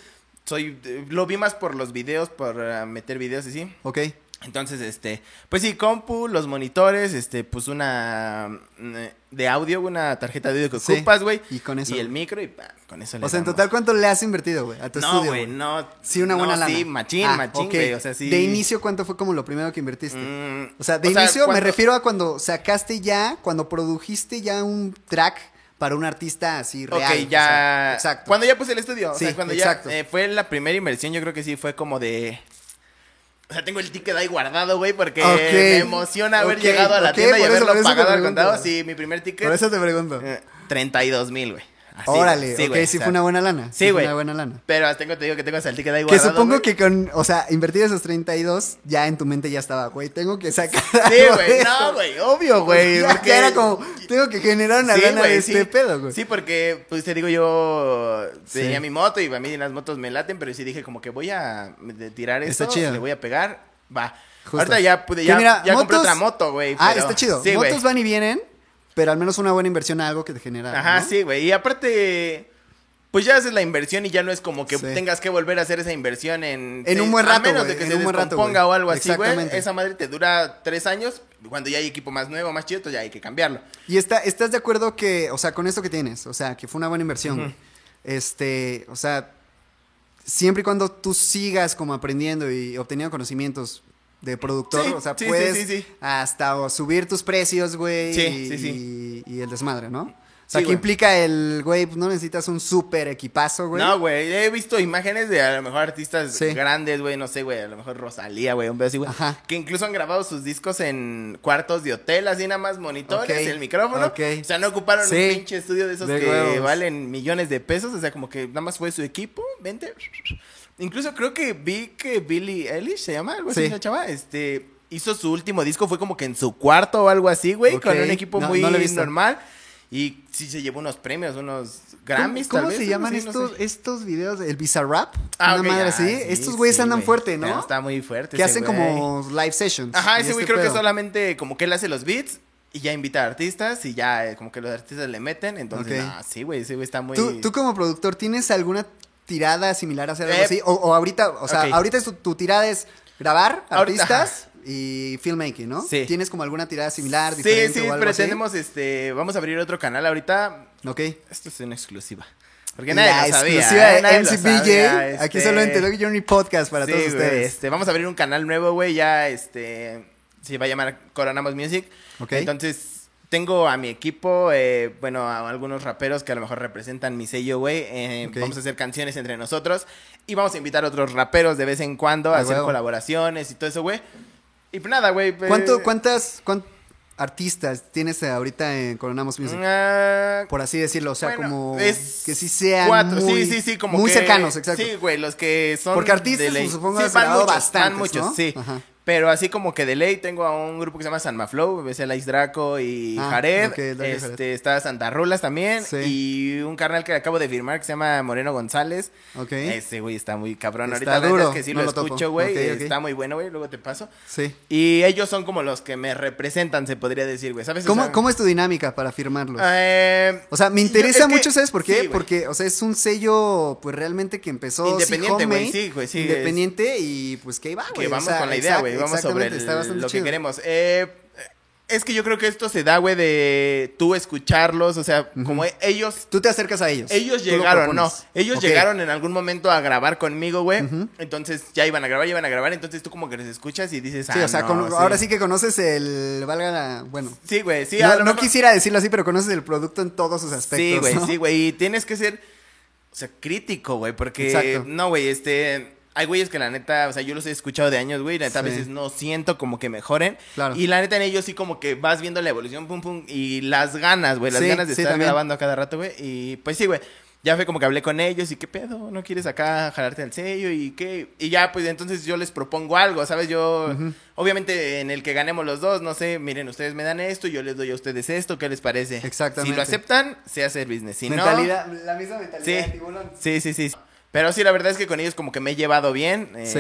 Lo vi más por los videos, por meter videos y sí. Ok. Entonces, pues sí, compu, los monitores, pues una de audio, una tarjeta de audio que Sí. ocupas, güey. Y con eso. Y el micro y con eso le O sea, en damos. total, ¿cuánto le has invertido, güey? A tu No, estudio, güey, no. Sí, una buena no, lana. Sí, machín, ok. güey. O sea, sí. De inicio, ¿cuánto fue como lo primero que invertiste? O sea, de o sea, inicio me cuando- refiero a cuando sacaste ya, cuando produjiste ya un track para un artista así real. Ok, ya. o sea, exacto. Cuando ya puse el estudio. Sí, o sea, cuando exacto. ya fue la primera inversión, yo creo que sí fue como de. O sea, tengo el ticket ahí guardado, güey, porque Ok, me emociona haber ok, llegado a la ok, tienda y por eso haberlo te pagado al pregunto. contado. Sí, mi primer ticket. Por eso te pregunto. 32,000, güey. Así, Órale, sí, ok, güey, sí o sea, fue una buena lana. Sí, fue güey. una buena lana. Pero hasta te digo que tengo hasta el ticket ahí Que guardado. supongo güey. que o sea, invertir esos 32, ya en tu mente ya estaba, güey, tengo que sacar. Sí, algo de güey. esto. No, güey, obvio, güey. Ya, porque- ya era como, tengo que generar una Sí, lana güey, de sí. este pedo, güey. Sí, porque, pues te digo, yo Sí. tenía mi moto y a mí las motos me laten, pero sí dije como que voy a tirar Está esto, chido. le voy a pegar, va. Justo. Ahorita ya pude, Que ya, mira, ya compré motos- otra moto, güey. Ah, pero- está chido. Sí, güey. Motos van y vienen, pero al menos una buena inversión a algo que te genera. Ajá, ¿no? sí, güey. Y aparte, pues ya haces la inversión y ya no es como que Sí. tengas que volver a hacer esa inversión en un buen rato, a menos güey, de que en se un buen rato, descomponga güey. o algo así, güey. Exactamente. Esa madre te dura 3 años. Cuando ya hay equipo más nuevo, más chido, entonces ya hay que cambiarlo. Y estás de acuerdo que, o sea, con esto que tienes, o sea, que fue una buena inversión, Ujú. güey. O sea, siempre y cuando tú sigas como aprendiendo y obteniendo conocimientos de productor, Sí, o sea, sí, puedes sí. hasta subir tus precios, güey, Sí, y, sí. y el desmadre, ¿no? O sea, Sí, que güey. implica güey, pues no necesitas un súper equipazo, güey. No, güey, he visto imágenes de a lo mejor artistas Sí. grandes, güey, no sé, güey, a lo mejor Rosalía, güey, un pedo así, güey. Ajá. Que incluso han grabado sus discos en cuartos de hotel, así nada más monitores, Ok, el micrófono. ok. O sea, no ocuparon Sí. un pinche estudio de esos De que huevos. valen millones de pesos, o sea, como que nada más fue su equipo, vente. Incluso creo que vi que Billie Eilish se llama, algo así, Sí. la chava, hizo su último disco, fue como que en su cuarto o algo así, güey, Ok. con un equipo No, muy no lo he visto. normal. Y sí se llevó unos premios, unos Grammys, ¿Cómo tal vez, se algo llaman así, no sé. estos videos? ¿El Bizarrap? Ah, Una ok, madre ya, así. sí, Estos güeyes sí, andan güey. fuerte, ¿no? Está muy fuerte. Que ese hacen güey. como live sessions. Ajá, y ese este güey creo que pedo. solamente como que él hace los beats y ya invita a artistas y ya como que los artistas le meten. Entonces, Ok. sí, güey, ese güey está muy. ¿Tú como productor tienes alguna tirada similar a hacer algo Eh, así? O ahorita, o sea, ok. ahorita tu tirada es grabar Ahorita, artistas y filmmaking, ¿no? Sí. ¿Tienes como alguna tirada similar, Sí, diferente sí, o algo pretendemos, vamos a abrir otro canal ahorita. así? Ok. Esto es una exclusiva. Porque nadie La lo sabía. exclusiva de nadie lo MCBJ, sabía, aquí solo en The Dog Journey Podcast para Sí, todos güey, ustedes. vamos a abrir un canal nuevo, güey, ya, se va a llamar Coronamos Music. Ok. Entonces, tengo a mi equipo, bueno, a algunos raperos que a lo mejor representan mi sello, güey. Ok. Vamos a hacer canciones entre nosotros y vamos a invitar a otros raperos de vez en cuando a Ah, hacer huevo. colaboraciones y todo eso, güey. Y pues nada, güey. ¿Cuántos artistas tienes ahorita en Coronamos Music? Por así decirlo, o sea, Bueno, como es que sí sean 4, muy, sí, como muy que- cercanos, exacto. Sí, güey, los que son Porque artistas, de ley. pues, supongo sí, has van grabado muchos, bastantes, van muchos, ¿no? sí. Ajá. Pero así como que de ley tengo a un grupo que se llama San Maflow, es el Ice Draco y Ah, Jared. ok, Draco y Jared. Está Santa Rulas también. Sí. Y un carnal que acabo de firmar que se llama Moreno González. Ok. Ese güey está muy cabrón. Está Ahorita la neta duro, es que sí no lo lo topo. escucho, güey. Ok, ok. Está muy bueno, güey. Luego te paso. Sí. Y ellos son como los que me representan, se podría decir, güey. ¿Sabes? O sea, ¿Cómo es tu dinámica para firmarlos? O sea, me yo- interesa es que- mucho, ¿sabes por qué? sí, güey. Porque, o sea, es un sello, pues realmente que empezó Independiente, güey, homemade, sí, güey, sí, independiente y pues que ahí va, güey. Que o vamos sea, con la idea, güey. Vamos sobre exactamente, está bastante lo que chido. queremos. Es que yo creo que esto se da, güey, de tú escucharlos. O sea, como ellos. Tú te acercas a ellos. Ellos tú lo llegaron, no. propones. Ellos Ok. llegaron en algún momento a grabar conmigo, güey. Entonces ya iban a grabar. Entonces tú como que les escuchas y dices, Sí, o sea, no, ahora sí que conoces bueno. Sí, güey, sí. no, a lo no mejor- quisiera decirlo así, pero conoces el producto en todos sus aspectos. Sí, güey, ¿no? sí, güey. Y tienes que ser. o sea, crítico, güey, porque, Exacto. no, güey, hay güeyes que la neta, o sea, yo los he escuchado de años, güey, la neta a Sí. veces no siento como que mejoren. Claro. Y la neta en ellos sí como que vas viendo la evolución, pum, pum, y las ganas, güey, las Sí, ganas de sí, estar también. grabando a cada rato, güey. Y pues sí, güey, ya fue como que hablé con ellos y qué pedo, ¿no quieres acá jalarte al sello y qué? Y ya, pues entonces yo les propongo algo, ¿sabes? Yo, obviamente en el que ganemos los dos, no sé, miren, ustedes me dan esto, yo les doy a ustedes esto, ¿qué les parece? Exactamente. Si lo aceptan, se hace el business. Si Mentalidad, la misma mentalidad Sí. de tiburón. Sí. Pero sí, la verdad es que con ellos como que me he llevado bien. Sí.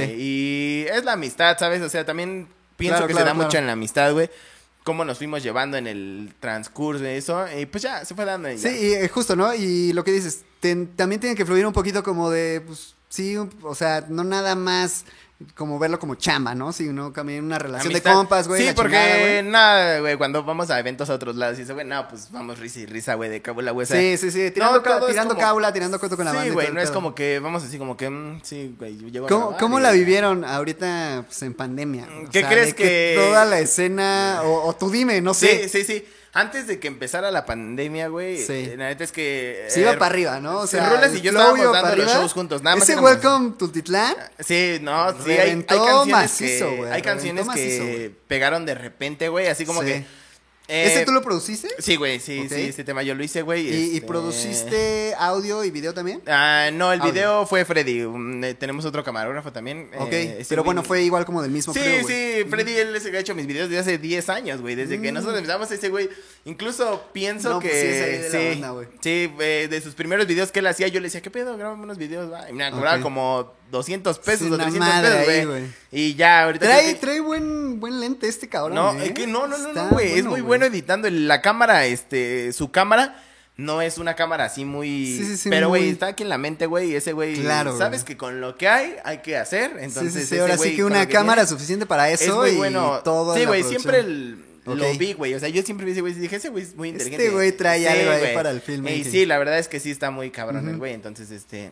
Y es la amistad, ¿sabes? O sea, también pienso Claro, que claro, se da claro. mucho en la amistad, güey. Cómo nos fuimos llevando en el transcurso de eso. Y pues ya, se fue dando. Y Sí, ya. y justo, ¿no? Y lo que dices, también tiene que fluir un poquito como de, pues, sí, o sea, no nada más como verlo como chamba, ¿no? Sino también una relación Amistad. de compas, güey. Sí, la porque chingada, güey. nada, güey, cuando vamos a eventos a otros lados y dice, güey, no, pues vamos risa y risa, güey, de cábula, güey. O sea, Sí, tirando, todo es tirando como- cábula, tirando coto con la banda. Sí, y güey, todo el no es pedo. como que vamos así como que, sí, güey, yo llego a ¿Cómo, grabar cómo y la ya. vivieron ahorita pues, en pandemia? O ¿Qué sea, crees de que- toda la escena, o tú dime, no sé. Sí. Antes de que empezara la pandemia, güey, Sí. la neta es que... Se iba para arriba, ¿no? O sea, Rulas el y yo flow estábamos iba dando para los arriba. shows juntos, nada más Ese éramos- Welcome Tultitlán. Sí, no, sí, hay Reventó canciones macizo, que... güey, Hay canciones reventó macizo, que güey. pegaron de repente, güey, así como Sí. que... ¿Ese tú lo produciste? Sí, güey, sí, Ok. sí, este tema yo lo hice, güey. ¿Y produciste audio y video también? No, el Audio. video fue Freddy. Tenemos otro camarógrafo también. Ok, ese pero güey- bueno, fue igual como del mismo Sí, crew, güey. sí, Freddy, él es el que ha hecho mis videos desde hace 10 años, güey. Desde que nosotros empezamos ese güey. Incluso pienso No, que. pues sí, es ahí de la sí, banda, güey. sí, de sus primeros videos que él hacía, yo le decía, ¿qué pedo? Grábame unos videos, va. Y me cobraba Ok. como 200 pesos Sí, o una 300 madre pesos, ahí, güey. güey. Y ya, ahorita. creo que- Trae buen lente este cabrón. no, ¿eh? es que no, Está güey. Es bueno, muy güey. bueno editando. La cámara, su cámara. No es una cámara así muy... Sí, pero, güey, muy- está aquí en la mente, güey. Y ese güey... Claro, Sabes güey. que con lo que hay que hacer. Entonces, Sí, sí, sí, ese ahora güey, sí que con una lo que cámara tiene, suficiente para eso es muy y bueno. todo. Sí, en la güey, producción. siempre lo Ok. vi, güey. O sea, yo siempre vi ese güey y dije, ese güey es muy inteligente. Este güey trae algo ahí güey. para el filmmaking. Y sí, la verdad es que sí está muy cabrón el güey. Entonces,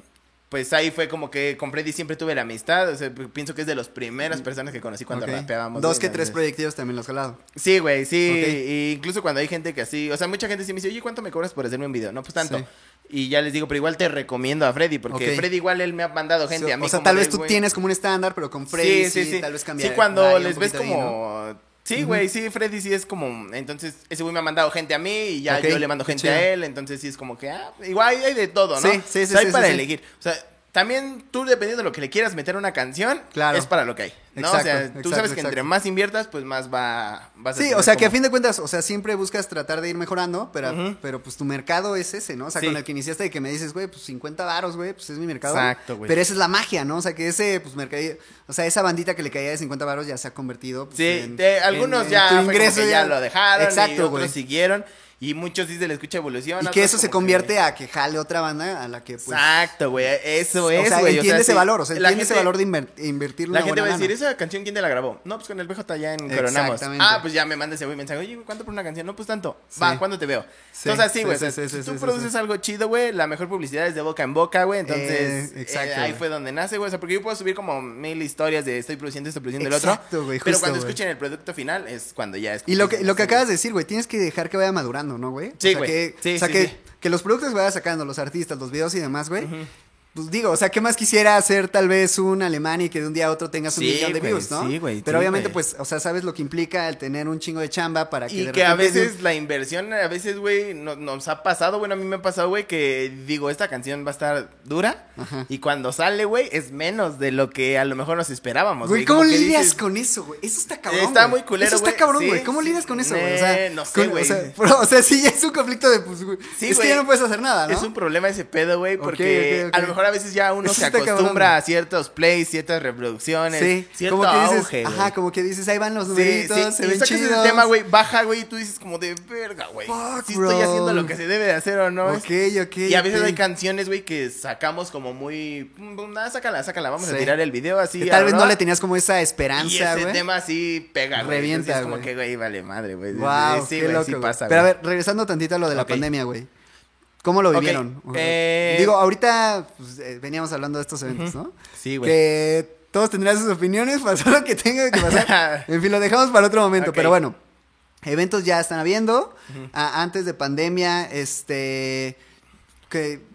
pues ahí fue como que con Freddy siempre tuve la amistad. O sea, pienso que es de las primeras personas que conocí cuando Ok. rapeábamos. Dos güey, que tres entonces- proyectillos también los jalado. Sí, güey, sí. Ok. Y incluso cuando hay gente que así, o sea, mucha gente sí me dice, oye, ¿cuánto me cobras por hacerme un video? No, pues tanto. Sí. Y ya les digo, pero igual te recomiendo a Freddy, porque Ok. Freddy igual él me ha mandado gente a mí. O sea, como tal de, vez tú güey. tienes como un estándar, pero con Freddy sí, tal vez cambia. Sí, cuando varía un les ves poquito ahí, ¿no? como... Sí, güey, sí, Freddy sí es como... Entonces, ese güey me ha mandado gente a mí y ya Ok, yo le mando qué gente chido. a él. Entonces, sí es como que, igual hay de todo, ¿no? Sí, sí, O sea, hay sí, para sí. elegir. O sea, también tú, dependiendo de lo que le quieras meter a una canción, Claro. es para lo que hay, ¿no? Exacto, o sea, tú exacto, sabes que exacto. entre más inviertas, pues más vas a Sí, tener o sea, que a como- fin de cuentas, o sea, siempre buscas tratar de ir mejorando, pero pues tu mercado es ese, ¿no? O sea, Sí. con el que iniciaste y que me dices, güey, pues 50 varos, güey, pues es mi mercado. Exacto, güey. Pero esa es la magia, ¿no? O sea, que ese, pues, mercadillo, o sea, esa bandita que le caía de 50 varos ya se ha convertido, pues, Sí, algunos en ya, tu fue como ingreso que ya lo dejaron y Exacto, otros güey. siguieron. Y muchos sí se le escucha evolución. Y que otros eso se como convierte a que jale otra banda a la que, pues... Exacto, güey, eso o es, sea, güey. entiende ese sí, valor, o sea, la entiende ese gente- valor de invertirle La una gente va buena a decir, lana. ¿esa canción quién te la grabó? No, pues con el BJ ya en Coronamos. Exactamente. Pues ya me manda ese güey mensaje, oye, güey, ¿cuánto por una canción? No, pues tanto. Sí. Va, ¿cuándo te veo? Sí, Entonces así, sí, güey. sí, o sea, sí, si sí, tú sí, produces sí. algo chido, güey, la mejor publicidad es de boca en boca, güey. Entonces, exacto, ahí güey. fue donde nace, güey. O sea, porque yo puedo subir como 1000 historias de estoy produciendo el otro. Exacto, güey, Pero justo, cuando güey. escuchen el producto final es cuando ya es. Y lo que acabas de decir, güey, tienes que dejar que vaya madurando, ¿no, güey? Sí, o sea, güey. que, Sí, o sea, sí, que, sí. que los productos que vayas sacando, los artistas, los videos y demás, güey. Pues digo, o sea, ¿qué más quisiera hacer tal vez un alemán y que de un día a otro tengas un Sí, millón de güey, views, ¿no? sí, güey, Pero sí, obviamente, güey. pues, o sea, sabes lo que implica el tener un chingo de chamba para que Y de que a repente- veces la inversión, a veces, güey, nos ha pasado, bueno, a mí me ha pasado, güey, que digo, esta canción va a estar dura. Ajá. Y cuando sale, güey, es menos de lo que a lo mejor nos esperábamos, Güey, güey. ¿cómo Como que lidias dices, con eso, güey? Eso está cabrón, Está güey. muy culero, Eso está güey. cabrón, Sí, güey. ¿Cómo sí. lidias con eso, güey? O sea, No sé, güey. o sea, sí, ya es un conflicto de, pues, güey, Sí, es güey. que ya no puedes hacer nada, ¿no? Es un problema ese pedo, güey, Ok, porque ok, ok. a lo mejor a veces ya uno Eso se está cabrón, acostumbra güey. a ciertos plays, ciertas reproducciones, Sí, cierto como que dices, auge, güey. ajá, como que dices, ahí van los Sí, numeritos, sí, se y ven sacas chidos. ese tema, güey, baja, güey, y tú dices como de verga, güey. Fuck, Si bro. estoy haciendo lo que se debe de hacer o no. Ok, ok. Y a veces ok. hay canciones, güey, que sacamos como muy... Nada, sácala, vamos a Sí. tirar el video así. Que tal vez no arroba, le tenías como esa y esperanza, ese güey. tema así pega, güey. Revienta, Entonces es como güey. que, güey, vale madre, güey. Wow, Sí, qué güey, loco, sí güey. pasa, Pero a güey. ver, regresando tantito a lo de la Ok. pandemia, güey. ¿Cómo lo Ok, vivieron? eh, Digo, ahorita pues, veníamos hablando de estos eventos, ¿no? Sí, güey. Que todos tendrán sus opiniones, pasó lo que tenga que pasar. En fin, lo dejamos para otro momento, Ok. pero bueno. Eventos ya están habiendo. Antes de pandemia, que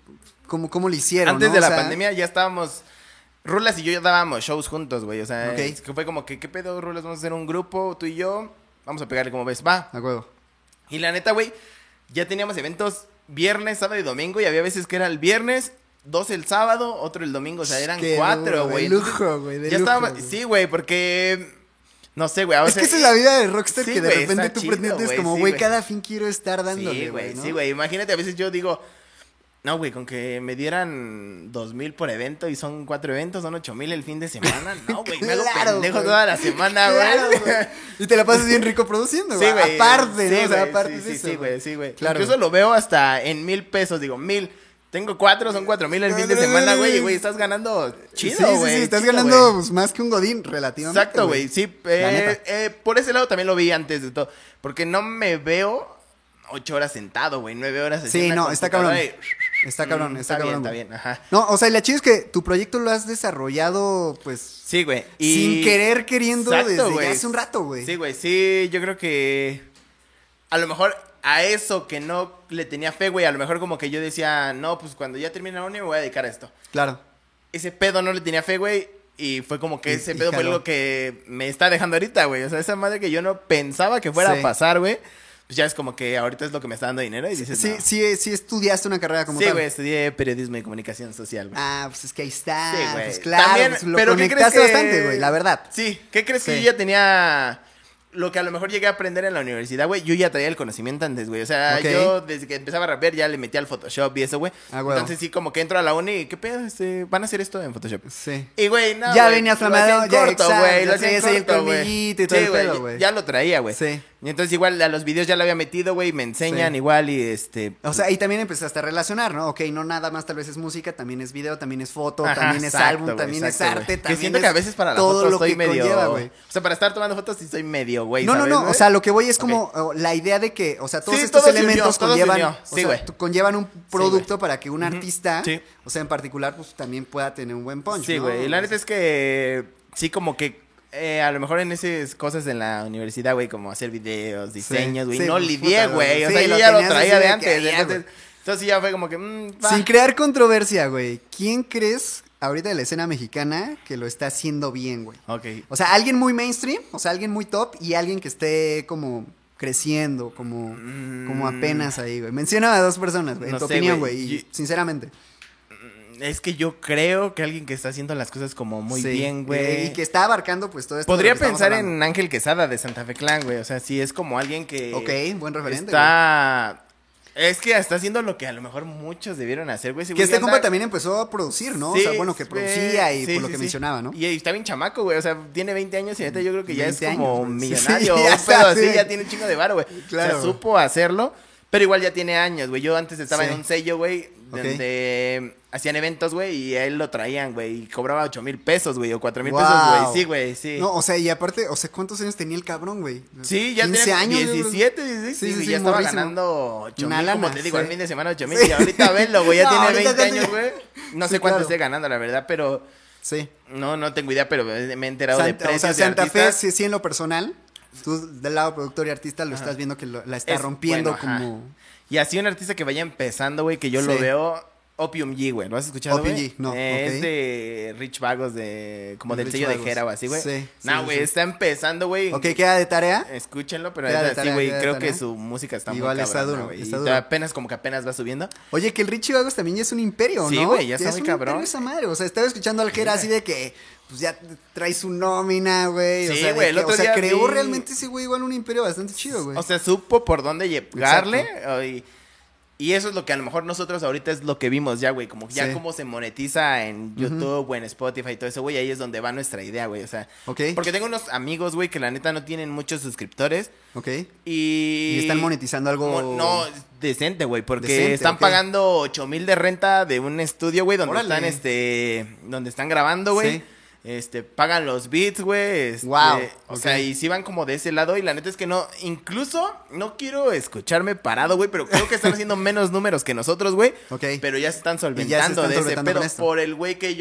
cómo le hicieron, Antes ¿no? de O la sea, pandemia ya estábamos... Rulas y yo ya dábamos shows juntos, güey. O sea, Ok. es que fue como que, ¿qué pedo, Rulas? Vamos a hacer un grupo, tú y yo. Vamos a pegarle como ves, va. A huevo. Y la neta, güey, ya teníamos eventos viernes, sábado y domingo. Y había veces que era el viernes, 2 el sábado, otro el domingo. O sea, eran Qué 4, duro, güey. de lujo, güey, de Ya lujo, estábamos... güey. Sí, güey, porque... No sé, güey. Es que esa es la vida de rockstar, Sí, que de güey, repente está tú chido, pretendes güey, como, sí, güey, güey. cada fin quiero estar dándole, Sí, güey, ¿no? sí, güey. Imagínate, a veces yo digo... No, güey, con que me dieran 2,000 por evento y son 4 eventos, son 8,000 el fin de semana. No, güey, me hago Claro, pendejo güey. toda la semana, güey. Claro, güey. Y te la pasas bien rico produciendo, Sí, güey. güey. Aparte, ¿no? Sí, O sea, güey, aparte sí, de sí, eso. sí, güey, sí, güey. Claro. Incluso lo veo hasta en 1,000 pesos. Digo, 1,000. Tengo 4, son 4,000 el fin de semana, güey. Y, güey, estás ganando chido, Sí, güey. sí, estás chido, ganando güey. pues, más que un godín, relativamente. Exacto, güey. Sí, La neta. por ese lado también lo vi antes de todo. Porque no me veo 8 horas sentado, güey. 9 horas así Sí, en la no, está cabrón. computadora y- Está cabrón, está cabrón. Está güey. bien, ajá. No, o sea, y la chida es que tu proyecto lo has desarrollado, pues, Sí, güey. sin querer, queriendo, Exacto, desde güey. ya hace un rato, güey. Sí, güey, sí, yo creo que a lo mejor a eso que no le tenía fe, güey, a lo mejor como que yo decía, no, pues cuando ya termine la uni me voy a dedicar a esto. Claro. Ese pedo no le tenía fe, güey, y fue como que Y- ese y pedo fue jaló. lo que me está dejando ahorita, güey. O sea, esa madre que yo no pensaba que fuera Sí. a pasar, güey, pues ya es como que ahorita es lo que me está dando dinero y dices, Sí, no. sí estudiaste una carrera como Sí, tal. güey, estudié periodismo y comunicación social, güey. Ah, pues es que ahí está. Sí, güey. Pues claro, También, pues, lo pero ¿qué conectaste crees que- bastante, güey, la verdad. Sí, ¿qué crees que Sí. yo ya tenía lo que a lo mejor llegué a aprender en la universidad, güey? Yo ya traía el conocimiento antes, güey. O sea, Ok. yo desde que empezaba a rapear ya le metí al Photoshop y eso, güey. Ah, huevo. Entonces sí, como que entro a la uni y ¿qué pedo? Van a hacer esto en Photoshop. Sí. Y, güey, no, Ya güey, venías lo flamado, hacía en ya, corto, exacto, güey. Lo ya hacía en traías ahí el corto, güey. colmillito y todo Sí, el güey, pedo, güey. ya lo traía, güey. Sí. Y entonces igual a los videos ya lo había metido, güey, y me enseñan Sí. igual y O sea, ahí también empezaste a relacionar, ¿no? Ok, no nada más tal vez es música, también es video, también es foto, Ajá, también es exacto, álbum, güey, también es exacto, arte, güey. también Que siento es que a veces para las todo fotos lo que estoy medio... conlleva, güey. O sea, para estar tomando fotos sí soy medio, güey, No, ¿sabes, no, güey? o sea, lo que voy es Ok. como la idea de que, o sea, todos Sí, estos todo se unió, elementos todo se conllevan, unió. o Sí, sea, güey. conllevan un producto güey. para que un Ujú. artista, Sí. o sea, en particular, pues también pueda tener un buen punch, Sí, ¿no? güey. Y la neta es que sí, como que a lo mejor en esas cosas en la universidad, güey, como hacer videos, diseños, güey, sí, no pues, lidié, puta, güey. O sí, sea, yo lo ya lo tenías traía así de de antes. que, Entonces ya fue como que, va. Sin crear controversia, güey. ¿Quién crees ahorita de la escena mexicana que lo está haciendo bien, güey? Ok. O sea, alguien muy mainstream, o sea, alguien muy top y alguien que esté como creciendo, como apenas ahí, güey. Menciona a 2 personas, güey, en No tu sé, opinión, güey. güey, y Yo- sinceramente. Es que yo creo que alguien que está haciendo las cosas como muy Sí, bien, güey. Y que está abarcando, pues, todo esto. de Podría lo que estamos pensar hablando. en Ángel Quesada de Santa Fe Clan, güey. O sea, sí es como alguien que... Ok, buen referente, Está... Es que está haciendo lo que a lo mejor muchos debieron hacer, güey. Ese Que güey este anda- compa también empezó a producir, ¿no? o sea, bueno, que producía y sí, por lo sí, que sí. mencionaba, ¿no? Y está bien chamaco, güey. O sea, tiene 20 años y neta yo creo que ya es 20 como años, güey. millonario. Sí, un ya pedo está, así, sí. ya tiene un chingo de varo, güey. Claro. O sea, supo hacerlo, pero igual ya tiene años, güey. Yo antes estaba Sí. en un sello, güey, Ok. donde hacían eventos, güey, y a él lo traían, güey. Y cobraba 8,000 pesos, güey, o 4,000 Wow. pesos, güey. Sí, güey, sí. No, o sea, y aparte, o sea, ¿cuántos años tenía el cabrón, güey? Sí, ya 15 tenía años. yo creo. 17, 16, Sí, sí, y sí, ya estaba morrísimo. ganando 8,000, Una como lana, te digo, sí. al fin de semana 8,000, Sí. y ahorita velo, güey, ya No, tiene ahorita 20 tiene- años, güey. No Sí, sé cuánto claro. esté ganando, la verdad, pero Sí. no tengo idea, pero me he enterado de Santa, precios o sea, de Santa Fe, artistas. sí, en lo personal, tú del lado productor y artista lo estás viendo que la está Es- rompiendo bueno, ajá. como... Y así un artista que vaya empezando, güey, que yo Sí. lo veo, Opium G, güey, ¿lo has escuchado, Opium güey? G, no, Es ok. de Rich Vagos, como del Rich sello de Vagos. Jera o así, güey. Sí, No, sí, güey, sí. está empezando, güey. Ok, queda de tarea. Escúchenlo, pero Queda de es así, tarea, güey, queda de creo tarea. que su música está Igual muy está cabrona, duro, güey. está Y duro. apenas como que apenas va subiendo. Oye, que el Richie Vagos también ya es un imperio, Sí, ¿no? güey, ya está es muy un cabrón. imperio esa madre. O sea, estaba escuchando al Jera así de que, pues ya trae su nómina, güey. Sí, o sea, de güey, el que- otro o sea, día creó vi- realmente ese güey igual un imperio bastante chido, güey. O sea, supo por dónde llegarle. Y eso es lo que a lo mejor nosotros ahorita es lo que vimos ya, güey. Como ya Sí. cómo se monetiza en YouTube o en Spotify y todo eso, güey. Ahí es donde va nuestra idea, güey. O sea, Ok. porque tengo unos amigos, güey, que la neta no tienen muchos suscriptores. Ok. Y... Y están monetizando algo... No, decente, güey, porque Decente, están ok. pagando 8,000 de renta de un estudio, güey, donde Órale. donde están grabando, güey. Sí. Pagan los beats, güey. Wow, O ok. sea, y sí van como de ese lado. Y la neta es que no, incluso no quiero escucharme parado, güey, pero creo que están haciendo menos números que nosotros, güey. Ok. Pero ya se están Y ya se solventando están de solventando ese con pedo esto. por el güey que ellos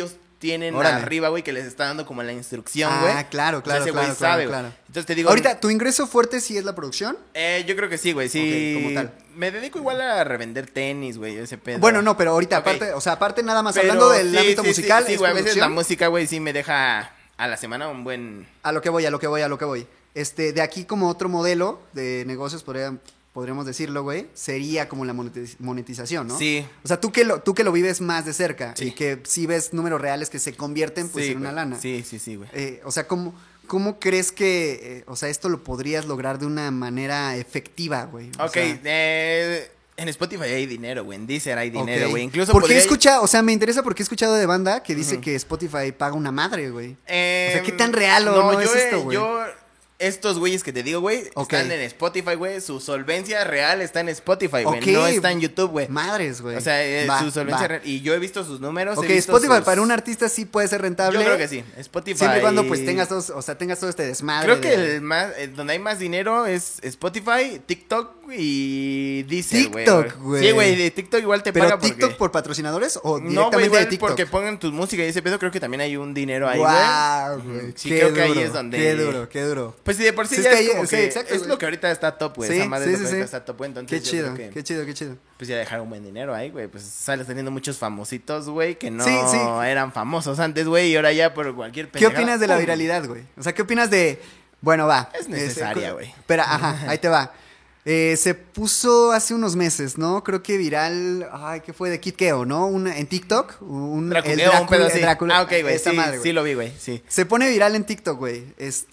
tienen Órale. arriba, güey, que les está dando como la instrucción, güey. Ah, claro, O sea, ese güey claro, sabe, claro. güey. Entonces te digo... Ahorita, ¿tu ingreso fuerte sí es la producción? Yo creo que sí, güey, sí. Ok, como tal. Me dedico igual a revender tenis, güey, ese pedo. Bueno, no, pero ahorita, Ok. aparte, o sea, aparte nada más, Pero hablando del sí, ámbito sí, musical, sí, es güey, a veces la producción. música, güey, sí me deja a la semana un buen... A lo que voy. De aquí como otro modelo de negocios, podríamos decirlo, güey, sería como la monetización, ¿no? Sí. O sea, tú que lo vives más de cerca Sí. y que sí ves números reales que se convierten pues Sí, en una güey. lana. Sí, güey. O sea, ¿cómo crees que, o sea, esto lo podrías lograr de una manera efectiva, güey? O Ok, sea, en Spotify hay dinero, güey. En Deezer hay dinero, ok. güey. Incluso Porque podría... he escuchado, o sea, me interesa porque he escuchado de banda que dice que Spotify paga una madre, güey. O sea, ¿qué tan real o no es esto, güey? Estos güeyes que te digo, güey, Ok. están en Spotify, güey. Su solvencia real está en Spotify, güey. Ok. No está en YouTube, güey. Madres, güey. O sea, Va, su solvencia va. real. Y yo he visto sus números. Ok, he visto Spotify sus- para un artista sí puede ser rentable. Yo creo que sí. Spotify. Siempre y cuando pues tengas todo este desmadre. Creo que de- el más, donde hay más dinero es Spotify, TikTok y Deezer, güey. TikTok, güey. Sí, güey, de TikTok igual te ¿Pero paga TikTok porque... por patrocinadores o No, güey, directamente igual de TikTok? porque pongan tu música y ese pedo, creo que también hay un dinero ahí, Guau, güey. güey. Sí, qué creo que duro, ahí es donde... Qué duro. Pues sí, de por sí, Sí, ya es es que como ahí- sí, que exacto, es güey. lo que ahorita está top, güey. Esa madre es lo que ahorita está top, güey. Entonces Qué yo chido, creo que, qué chido, qué chido. pues ya dejar un buen dinero ahí, güey. Pues sales teniendo muchos famositos, güey, que no Sí, sí. eran famosos antes, güey, y ahora ya por cualquier ¿Qué pendejada, opinas de la ¡pum! viralidad, güey? O sea, ¿qué opinas de...? Bueno, va. Es necesaria, güey. Espera, ajá, ahí te va. Se puso hace unos meses, ¿no? Creo que viral... Ay, ¿qué fue? De Kid Keo, ¿no? En TikTok. El Draculeo, un pedo así. Drácula, Ah, ok, güey, esta sí, madre, güey. sí lo vi, güey, sí. Se pone viral en TikTok, güey.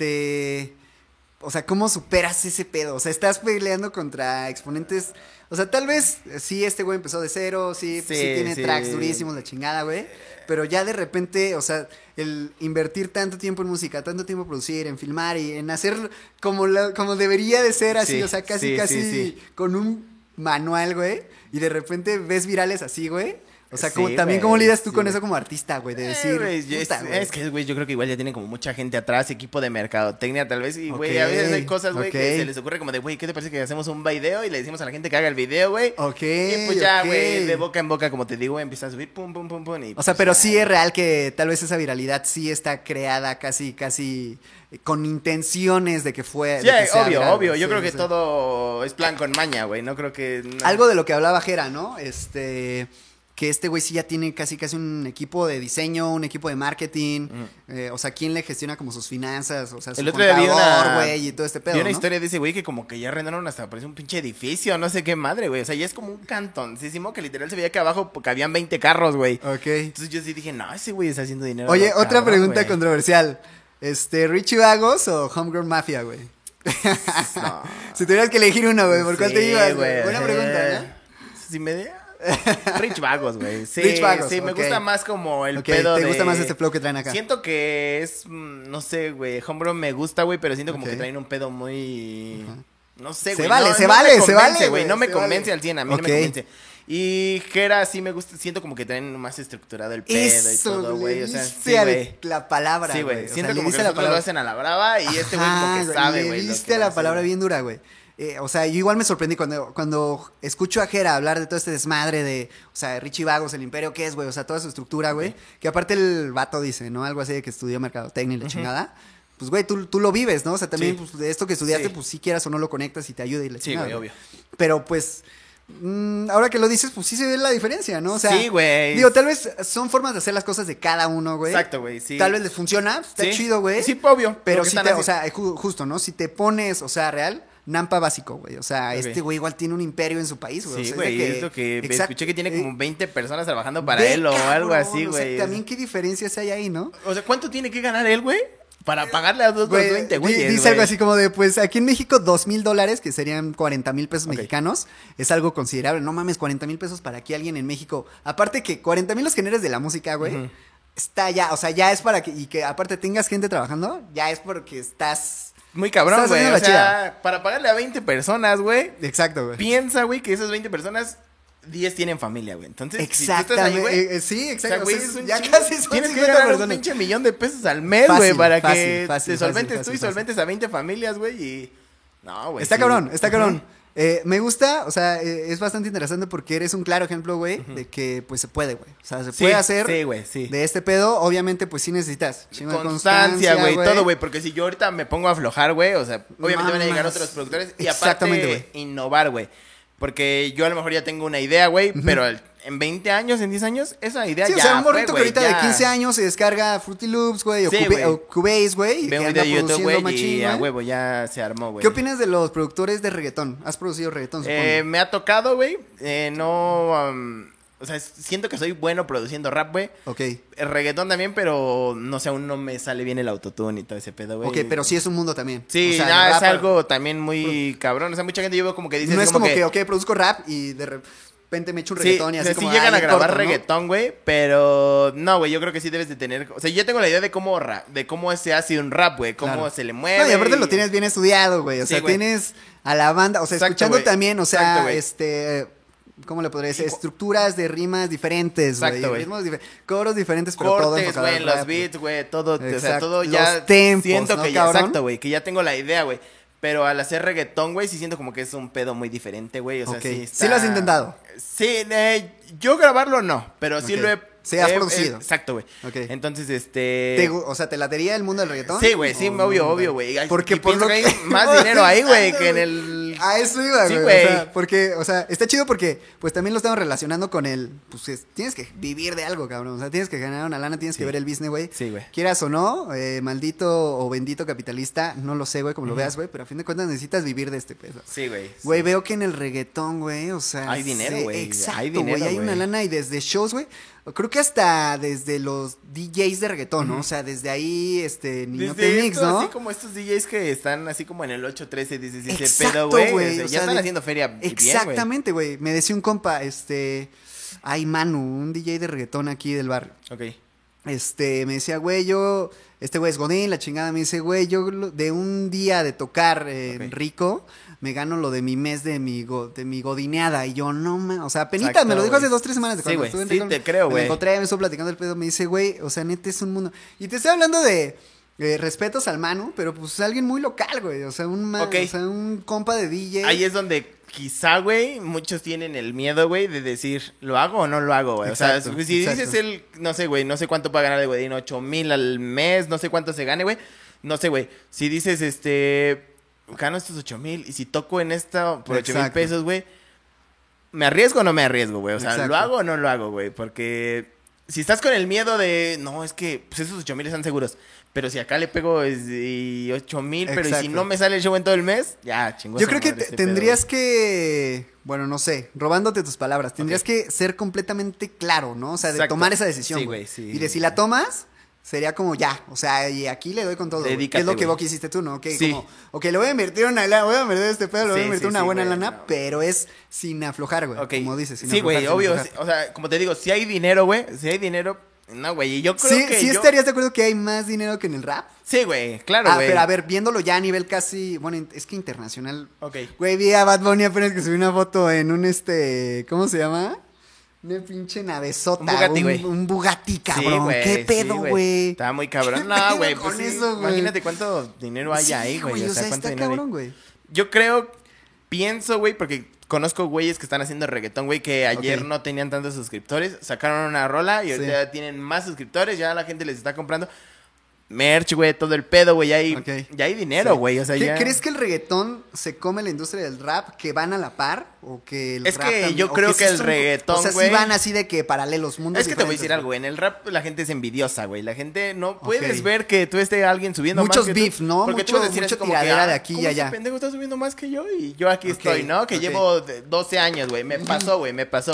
O sea, ¿cómo superas ese pedo? O sea, estás peleando contra exponentes. O sea, tal vez sí, este güey empezó de cero, sí, pues, sí Sí, tiene sí. tracks durísimos, la chingada, güey. Pero ya de repente, o sea, el invertir tanto tiempo en música, tanto tiempo en producir, en filmar y en hacer como debería de ser así, Sí, o sea, casi, sí, casi sí. con un manual, güey. Y de repente ves virales así, güey. O sea, Sí, también güey, cómo lidias tú sí, con güey. eso como artista, güey, de decir, Güey, puta, güey. es que, güey, yo creo que igual ya tienen como mucha gente atrás, equipo de mercadotecnia tal vez, y, güey, Ok, a veces hay cosas, güey, ok. que se les ocurre como de, güey, ¿qué te parece que hacemos un video y le decimos a la gente que haga el video, güey? Ok, Y pues ya, ok. güey, de boca en boca, como te digo, empieza a subir, pum, pum, pum, pum, y O sea, pues, pero ya, sí es real que tal vez esa viralidad sí está creada casi con intenciones de que fue. Sí, de que sea obvio, viral, obvio, güey. yo Sí, creo que sí. todo es plan con maña, güey, no creo que... no. Algo de lo que hablaba Jera, ¿no? Que este güey sí ya tiene casi un equipo de diseño, un equipo de marketing, o sea, ¿quién le gestiona como sus finanzas? O sea, su El otro día vi contador, güey, y todo este pedo, vi una ¿no? historia de ese güey que como que ya arrendaron hasta parece un pinche edificio, no sé qué madre, güey. O sea, ya es como un cantoncísimo que literal se veía que abajo cabían 20 carros, güey. Ok. Entonces yo sí dije, no, ese güey está haciendo dinero. Oye, cabrón, otra pregunta güey. controversial. ¿Richie Vagos o Homegrown Mafia, güey? No. Si tuvieras que elegir uno, güey, ¿por cuál te Sí, ibas, güey? Buena pregunta, ¿no? Si me... Rich Vagos, güey. Sí, Rich Vagos, sí, me ok. gusta más como el Ok, pedo ¿te de... gusta más este flow que traen acá? Siento que es, no sé, güey, Homegrown me gusta, güey, pero siento como Ok. que traen un pedo muy... No sé, Se güey. vale, no, se no vale, me se convence, vale, güey. No güey, me se convence vale. al 100, a mí Ok. no me convence. Y Jera sí me gusta, siento como que traen más estructurado el pedo y Eso, todo, güey. O sea, diste sí, a güey. la palabra, Sí, güey. güey. O sea, Siento le como que diste a la los otros lo palabra. hacen a la brava y este güey como que Ajá, sabe, güey. Le lo diste que a va a la palabra hacer, bien dura, güey. O sea, yo igual me sorprendí cuando escucho a Jera hablar de todo este desmadre de, o sea, Richie Vagos, el imperio, ¿qué es, güey? O sea, toda su estructura, güey. Que aparte el vato dice, ¿no? Algo así de que estudió mercadotecnia y la chingada. Pues, güey, tú lo vives, ¿no? O sea, también, Sí. pues, de esto que estudiaste, Sí. pues, si quieras o no lo conectas y te ayuda y la Sí, chingada. güey, obvio. Pero, pues, ahora que lo dices, pues, sí se ve la diferencia, ¿no? O sea, Sí, güey. digo, tal vez son formas de hacer las cosas de cada uno, güey. Exacto, güey, sí. Tal vez les funciona, está Sí. chido, güey. Sí, obvio. Pero lo que si están te, o haciendo. sea, justo, ¿no? Si te pones, o sea, real, Nampa básico, güey. O sea, Ok. este güey igual tiene un imperio en su país, güey. Sí, o sea, güey, de es lo que Exacto. escuché que tiene como 20 personas trabajando para Ve, él o algo cabrón, así, o sea, güey. también qué diferencias hay ahí, ¿no? O sea, ¿cuánto tiene que ganar él, güey? Para pagarle a dos Güey, 20, güey. dice algo así como de, pues, aquí en México, $2,000, que serían 40,000 pesos Ok. mexicanos, es algo considerable. No mames, 40,000 pesos para aquí alguien en México. Aparte que 40,000 los generes de la música, güey. Ujú. Está ya, o sea, ya es para que, y que aparte tengas gente trabajando, ya es porque estás... Muy cabrón, Estás güey. haciendo O la sea, para pagarle a 20 personas, güey. Exacto, güey. Piensa, güey, que esas 20 personas, 10 tienen familia, güey. Entonces, si tú estás ahí, Exactamente. güey. Sí, O exacto. sea, güey, o sea, es un ya chingo. casi son Tienes que 50 ganar un personas. pinche millón de pesos al mes, Fácil, güey, para fácil, que fácil, te solventes fácil, tú y fácil. solventes a 20 familias, güey, y... No, güey. Está sí. cabrón, está cabrón. Me gusta, o sea, es bastante interesante porque eres un claro ejemplo, güey, de que pues se puede, güey. O sea, se puede hacer de este pedo. Obviamente, pues sí necesitas chingo de constancia, güey, todo, güey. Porque si yo ahorita me pongo a aflojar, güey, o sea, obviamente van a llegar otros productores y aparte innovar, güey. Porque yo a lo mejor ya tengo una idea, güey, pero en 20 años, en 10 años, esa idea ya o sea, un morrito fue, que ahorita ya... de 15 años se descarga Fruity Loops, güey, o Cubase, güey. Ve un video de YouTube, güey, y a huevo, ya se armó, güey. ¿Qué opinas de los productores de reggaetón? ¿Has producido reggaetón, supongo? Me ha tocado, güey, o sea, siento que soy bueno produciendo rap, güey. Ok. El reggaetón también, pero no sé, aún no me sale bien el autotune y todo ese pedo, güey. Ok, pero sí es un mundo también. Sí, o sea, es algo también muy cabrón. O sea, mucha gente yo veo como que dice... No es como que, ok, produzco rap y de repente me echo un reggaetón y así como... Sí llegan a grabar reggaetón, güey, pero... No, güey, yo creo que sí debes de tener... O sea, yo tengo la idea de cómo se hace un rap, güey. Cómo se le mueve. No, y aparte lo tienes bien estudiado, güey. O sea, tienes a la banda... O sea, escuchando también, o sea, ¿cómo le podría decir? Estructuras de rimas diferentes, güey. Exacto, güey. Coros diferentes, pero todo enfocado güey, los beats, güey, todo, exacto. O sea, todo ya... Los tempos, siento ¿no, que cabrón? Exacto, güey, que ya tengo la idea, güey. Pero al hacer reggaetón, güey, sí siento como que es un pedo muy diferente, güey. O sea, sí está... ¿Sí lo has intentado? Sí, yo grabarlo no, pero sí lo he... Sí, has producido. Exacto, güey. Okay. Entonces, o sea, ¿te latería el mundo del reggaetón? Sí, güey, sí, obvio, güey. Porque por pienso que hay más dinero ahí, güey, que en el... A eso iba, güey. Sí, güey. O sea, porque, o sea, está chido porque, pues también lo estamos relacionando con el, pues tienes que vivir de algo, cabrón. O sea, tienes que ganar una lana, tienes que ver el business, güey. Sí, güey. Quieras o no, maldito o bendito capitalista, no lo sé, güey, como lo veas, güey, pero a fin de cuentas necesitas vivir de este pedo. Sí, güey. Güey, veo que en el reggaetón, güey, o sea... Hay dinero, güey. Exacto, güey, hay una lana y desde shows, güey. Creo que hasta desde los DJs de reggaetón, ¿no? O sea, desde ahí, Niño Temix, ¿no? Así como estos DJs que están así como en el 813, dices, ese exacto, pedo, güey. O ya están haciendo feria exactamente, güey. Me decía un compa, ay, Manu, un DJ de reggaetón aquí del barrio. Ok. Me decía, güey, este güey es Godín, la chingada, me dice, güey, yo de un día de tocar rico, me gano lo de mi mes de mi godineada. Y yo, no, man, o sea, penita, me lo dijo hace 2-3 semanas de cuando estuve en Rico. Sí, te creo, güey. Me encontré, me estuvo platicando el pedo, me dice, güey, o sea, neta es un mundo. Y te estoy hablando de respetos al Manu, pero pues alguien muy local, güey, o sea, un compa de DJ. Ahí es donde quizá, güey, muchos tienen el miedo, güey, de decir, ¿lo hago o no lo hago, güey? O sea, si dices no sé, güey, no sé cuánto va a ganar de Godín, 8,000 al mes, no sé cuánto se gane, güey. No sé, güey. Si dices, gano estos 8,000 y si toco en esta por 8,000 pesos, güey, ¿me arriesgo o no me arriesgo, güey? O sea, ¿lo hago o no lo hago, güey? Porque si estás con el miedo de, no, es que pues esos 8,000 están seguros. Pero si acá le pego 8,000, pero y si no me sale el show en todo el mes, ya, chingón. Yo creo que tendrías que, bueno, no sé, robándote tus palabras, tendrías que ser completamente claro, ¿no? O sea, de tomar esa decisión, güey. Sí, y de si la tomas, sería como ya, o sea, y aquí le doy con todo. Dedícate, ¿qué es lo que vos hiciste tú, no? Que como, ok, le voy a invertir una lana, voy a invertir este pedo, le voy a invertir una buena lana, pero es sin aflojar, güey, como dices. Sí, güey, obvio, o sea, como te digo, si hay dinero, güey, no, güey, y yo creo que ¿Sí estarías de acuerdo que hay más dinero que en el rap? Sí, güey, claro, güey. Pero a ver, viéndolo ya a nivel casi, bueno, es que internacional. Ok. Güey, vi a Bad Bunny apenas que subió una foto en un ¿cómo se llama? Una pinche navezota. Un Bugatti, güey. Un Bugatti, cabrón. Sí, ¿qué pedo, güey? Estaba muy cabrón. No, güey, pues sí, eso, imagínate cuánto dinero hay ahí, güey. O sea, está cabrón, güey. Yo pienso, güey, porque conozco güeyes que están haciendo reggaetón, güey, que ayer no tenían tantos suscriptores. Sacaron una rola y ahorita ya tienen más suscriptores. Ya la gente les está comprando merch, güey, todo el pedo, güey. Ya hay dinero, güey. O sea, ¿Crees que el reggaetón se come la industria del rap? ¿Que van a la par? ¿O que el rap también? Es que yo creo que el reggaetón, güey. O sea, sí van así de que paralelos, mundos. Es que te voy a decir algo, en el rap la gente es envidiosa, güey. La gente no puedes ver que tú estés alguien subiendo muchos más. Muchos beef, ¿no? Porque tú puedes decir mucha como tiradera que, de aquí y allá. Ese pendejo está subiendo más que yo y yo aquí estoy, ¿no? Que llevo 12 años, güey. Me pasó, güey.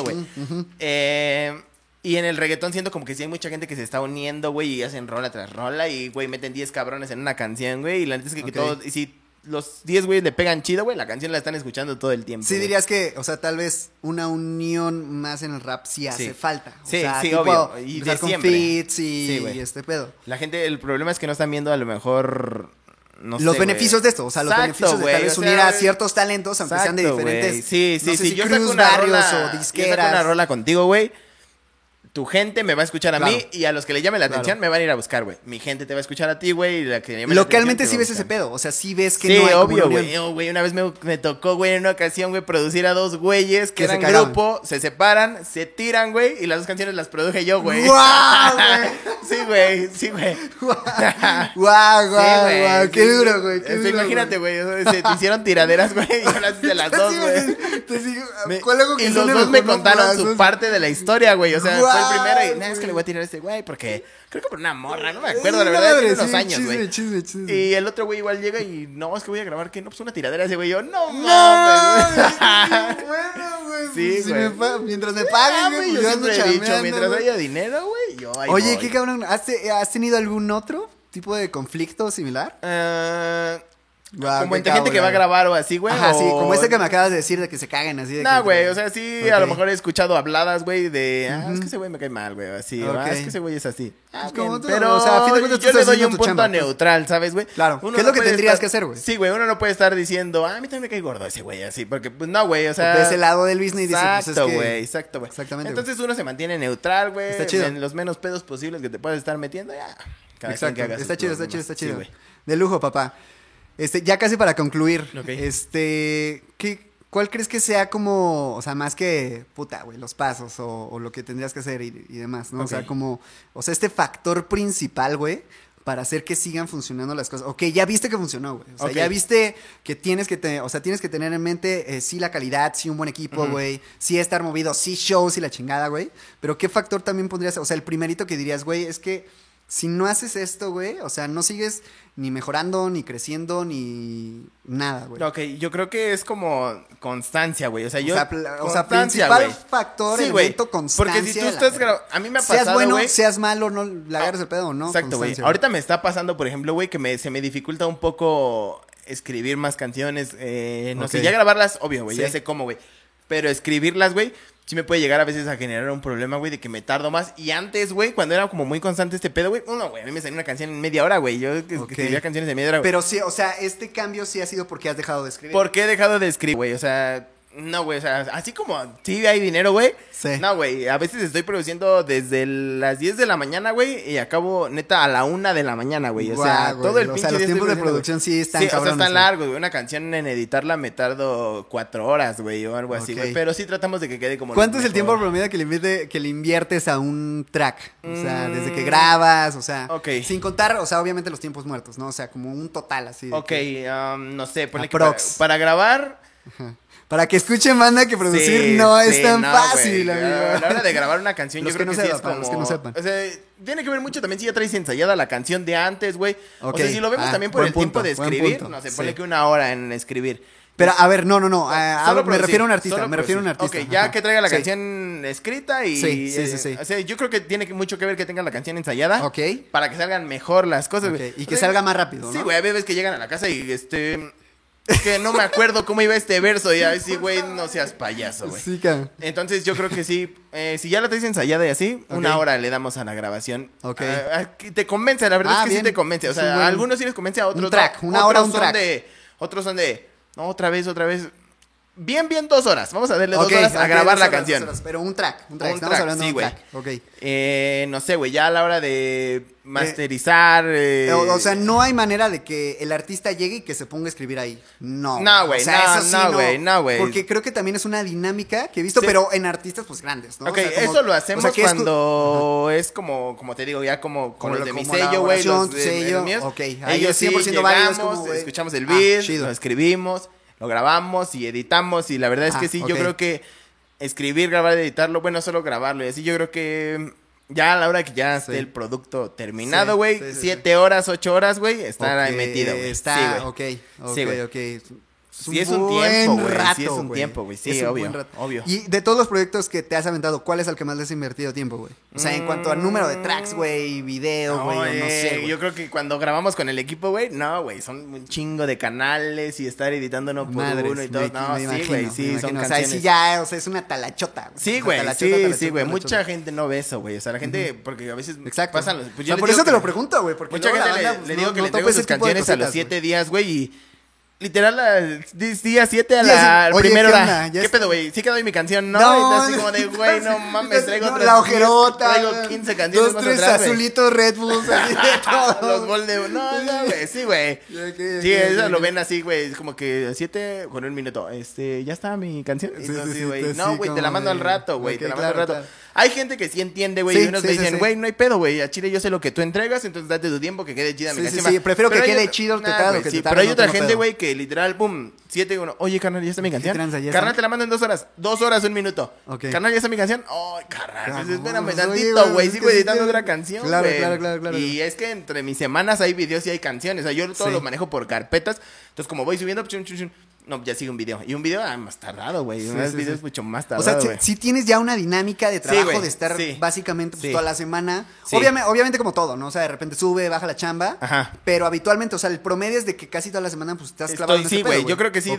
Y en el reggaetón siento como que sí hay mucha gente que se está uniendo, güey, y hacen rola tras rola y, güey, meten 10 cabrones en una canción, güey, y la neta es que todos, y si los 10 güeyes le pegan chido, güey, la canción la están escuchando todo el tiempo. Sí, dirías que, o sea, tal vez una unión más en el rap sí hace falta. O sea, sí, tipo, obvio. Y de con siempre. feats y este pedo. La gente, el problema es que no están viendo a lo mejor... No los sé, beneficios de esto, o sea, los beneficios de tal vez unir a ciertos talentos, aunque sean de diferentes. Sí, no sé si yo Cruz, saco una barrios rola, o disqueras. Yo saco una rola contigo, güey. tu gente me va a escuchar a mí y a los que le llame la atención me van a ir a buscar, güey. Mi gente te va a escuchar a ti, güey, y la que le llame Localmente la sí ves atención, ese pedo, o sea, sí ves que sí, no hay obvio, comunión. güey. Una vez me tocó, güey, en una ocasión, güey, producir a 2 güeyes que Que se eran cagaban. grupo, se separan, se tiran, güey, y las 2 canciones las produje yo, güey. ¡Guau, güey! Sí, güey, sí, güey. ¡Guau, Sí, guau, güey, guau! ¡Qué sí. duro, güey! ¡Qué duro, Imagínate, güey, o sea, se te hicieron tiraderas, güey, y ahora sí de las 2, güey. ¿Cuál hago que Y los suene 2 me mejor, no? contaron Las su dos. parte de la historia, güey. O sea, fue Guau, el primero y, nah, es güey. que le voy a tirar a este güey porque creo que por una morra, no me acuerdo, la Sí, verdad, madre, tiene unos sí, años, güey. chisme. Y el otro güey igual llega y, no, es que voy a grabar, que no, pues una tiradera ese güey. Yo, no ¡No! mames. Bueno, güey. Sí, pues, si güey. mientras me Ah, paguen, güey, güey, yo yo ando siempre he dicho, chambeando, mientras güey. haya dinero, güey, yo ahí Oye, voy. qué cabrón. ¿Has tenido algún otro tipo de conflicto similar? Guau, Como qué entre gente que va a cabrón. grabar o así, güey. Ajá, sí, o- como este que me acabas de decir de que se caguen así de No, que- güey, o sea, sí, a lo Ok. mejor he escuchado habladas, güey, de, es que ese güey me cae mal, güey, así, Ok. es que ese güey es así. Pues Bien, como tú, pero, o sea, a fin de cuentas tú yo le estás doy haciendo un tu punto chamba, pues. neutral, ¿sabes, güey? Claro, Uno ¿qué es lo que puede tendrías estar- que hacer, güey? Sí, güey, uno no puede estar diciendo, a mí también me cae gordo ese güey, así, porque, pues, no, güey, o sea... De ese lado del business dice, pues, es Exacto, que- güey, exacto, güey. Exactamente, Entonces uno se mantiene neutral, güey, Está chido. en los menos pedos posibles que te puedas estar metiendo, ya. Cada quien Exacto, que haga sus está chido, está problemas. chido, está Sí, chido. güey. De lujo, papá. Ya casi para concluir. Ok. ¿Cuál crees que sea como, o sea, más que, puta, güey, los pasos o lo que tendrías que hacer y demás, ¿no? Ok. O sea, como, o sea, este factor principal, güey, para hacer que sigan funcionando las cosas. Ok, ya viste que funcionó, güey. O sea, Ok. ya viste que tienes que, tienes que tener en mente, sí, la calidad, sí, un buen equipo, güey, sí, estar movido, sí, shows y la chingada, güey. Pero ¿qué factor también pondrías? O sea, el primerito que dirías, güey, es que si no haces esto, güey, o sea, no sigues ni mejorando, ni creciendo, ni nada, güey. Ok, yo creo que es como constancia, güey. O sea, yo. o sea, constancia, principal güey. factor, Sí, güey. elemento, constancia. Porque si tú la estás verga. grabando. A mí me ha Seas pasado, bueno, güey. seas malo, no le agarres el pedo, ¿no? Exacto, güey. Constancia, Ahorita me está pasando, por ejemplo, güey, que se me dificulta un poco escribir más canciones. No sé, Ok. ya grabarlas, obvio, güey. Sí. Ya sé cómo, güey. Pero escribirlas, güey, sí me puede llegar a veces a generar un problema, güey, de que me tardo más. Y antes, güey, cuando era como muy constante este pedo, güey, no, güey, a mí me salía una canción en media hora, güey. Yo que Ok. escribía canciones de media hora, güey. Pero sí, o sea, este cambio sí ha sido porque has dejado de escribir. ¿Por qué he dejado de escribir, güey? O sea, no, güey, o sea, así como sí hay dinero, güey. Sí. No, güey, a veces estoy produciendo desde las 10 de la mañana, güey, y acabo neta a la 1 de la mañana, güey. O sea, Guau, todo güey. el O pinche sea, los día estoy tiempos de produciendo, producción güey. sí están Sí, o sea, cabrones, están güey. largos, güey. Una canción en editarla me tardo 4 horas, güey, o algo así, Ok. güey. Pero sí tratamos de que quede como... ¿Cuánto es el mejor. tiempo promedio que le inviertes a un track? O sea, desde que grabas, o sea, Ok. sin contar, o sea, obviamente los tiempos muertos, ¿no? O sea, como un total así. de Ok, que- no sé, ponle que Aprox. para grabar... Para que escuchen banda que producir Sí, no es sí, tan no, fácil, güey. amigo. A la hora de grabar una canción, Los yo que creo no que sí sepan, es para como... los que no sepan. O sea, tiene que ver mucho también si ya traes ensayada la canción de antes, güey. Ok. O sea, si lo vemos Ah, también por buen el tiempo punto, de buen escribir, punto. no sé, Sí. ponle que 1 hora en escribir. Pero, a ver, no. Solo me producir, refiero a un artista, solo me refiero a un producir. artista. Ok, ya Ajá. que traiga la Sí. canción escrita y... Sí. O sea, yo creo que tiene mucho que ver que tengan la canción ensayada. Ok. Para que salgan mejor las cosas, Ok, güey. y que O sea, salga más rápido, ¿no? Sí, güey, a veces que llegan a la casa y es que no me acuerdo cómo iba este verso y ahí sí, güey, no seas payaso, güey. Sí, cabrón. Entonces yo creo que sí, si ya la traes ensayada y así, Ok. 1 hora le damos a la grabación. Ok. Que te convence, la verdad Ah, es que bien. sí te convence. O Es un sea, buen- a algunos sí les convence, a otros un track, no. 1 hora, Otros un son track. otros son de, no, otra vez. Bien, 2 horas. Vamos a darle 2 Ok, horas a ok, grabar 2 la horas, canción. 2 horas, pero un track. Un Estamos track, hablando sí, de un güey. track. Ok. No sé, güey, ya a la hora de masterizar. O sea, no hay manera de que el artista llegue y que se ponga a escribir ahí. No. No, güey, O sea, no, eso sí no, güey, no, güey. Porque creo que también es una dinámica que he visto, Sí. pero en artistas, pues, grandes, ¿no? Ok, O sea, como- eso lo hacemos o sea, que es cuando es como te digo, ya como Como los lo- de mi como sello, güey, elaboración, los tu de sello, los míos. ok, ahí Ellos es sí 100% válido, es llegamos, como, güey, escuchamos el beat, chido. lo escribimos, lo grabamos y editamos y la verdad es que sí, yo ok. creo que escribir, grabar, editarlo, bueno, solo grabarlo y así yo creo que ya a la hora que ya esté Sí. el producto terminado, Sí, güey, sí, sí, 7 horas, 8 horas, güey, estar ahí Ok, metido, güey. Está, Sí, güey. ok, Sí, güey. ok. Sí es un buen tiempo, güey, rato, sí es un tiempo, güey, sí, Es un obvio, buen rato. obvio. Y de todos los proyectos que te has aventado, ¿cuál es al que más le has invertido tiempo, güey? O sea, en cuanto al número de tracks, güey, video, güey, o no sé, güey. Yo creo que cuando grabamos con el equipo, güey, no, güey, son un chingo de canales y estar editando uno por Madres, uno y todo. No, me sí, imagino, güey, me sí, son imagino. O sea, canciones. sí ya, o sea, es una talachota. Güey. Sí, O sea, güey, talachota, sí, güey. Mucha talachota. gente no ve eso, güey. O sea, la gente, porque a veces Exacto. pasan O los... Pues sea, yo por les eso digo te lo que- pregunto, güey, porque Mucha luego gente la banda, le pues, digo no- que no le topa entrego ese sus tipo de canciones a los cositas, 7 días, güey, y Literal, día 7 a Sí, la oye, primera ¿qué hora. onda? Ya ¿Qué está. pedo, güey? ¿Sí quedó ahí mi canción? No, No, y está así como de, güey, no mames, traigo no, otras la 10, ojerota. traigo 15 canciones 2, más 3 atrás, güey. azulitos Red Bulls, así de todo. Los Voldemort. No, güey. Sí, güey. Sí, eso lo ven así, güey. Es como que 7 con 1 minuto. Ya está mi canción. Sí, Entonces, sí, güey. sí, No, güey, te la como mando al de- rato, güey. ok, Te la mando al claro, rato. claro. Hay gente que sí entiende, güey. Sí, Y unos sí, me sí, dicen, sí. güey, no hay pedo, güey. A Chile yo sé lo que tú entregas, entonces date tu tiempo que quede chida mi Sí, sí, canción. sí, prefiero que Pero hay quede otra- chido, te Nah, tarde, güey, que sí, te tarde, pero hay no otra tengo gente, pedo. güey, que literal, pum, 7 y 1. Oye, carnal, ya está mi canción. tranza? ¿Ya Carnal, está? te la mando en 2 horas. 2 horas, 1 minuto. Ok. Carnal, ya está mi canción. Ay, carnal, pues Cabrón, espérame pues, tantito, oye, güey. es Sigo que sí editando tiene- otra canción, Claro, güey. claro. Y es que entre mis semanas hay videos y hay canciones. O sea, yo todo Sí. lo manejo por carpetas. Entonces, como voy subiendo, chun, chun, chun, no, ya sigue un video. Y un video más tardado, güey. Sí, Unos sí, videos sí. mucho más O tardado, sea, güey. si tienes ya una dinámica de trabajo güey, de estar sí. básicamente pues, Sí. toda la semana. Sí. Obviamente como todo, ¿no? O sea, de repente sube, baja la chamba. Ajá. Pero habitualmente, o sea, el promedio es de que casi toda la semana pues estás clavado en Sí, este pedo, güey. Yo creo que sí Ok.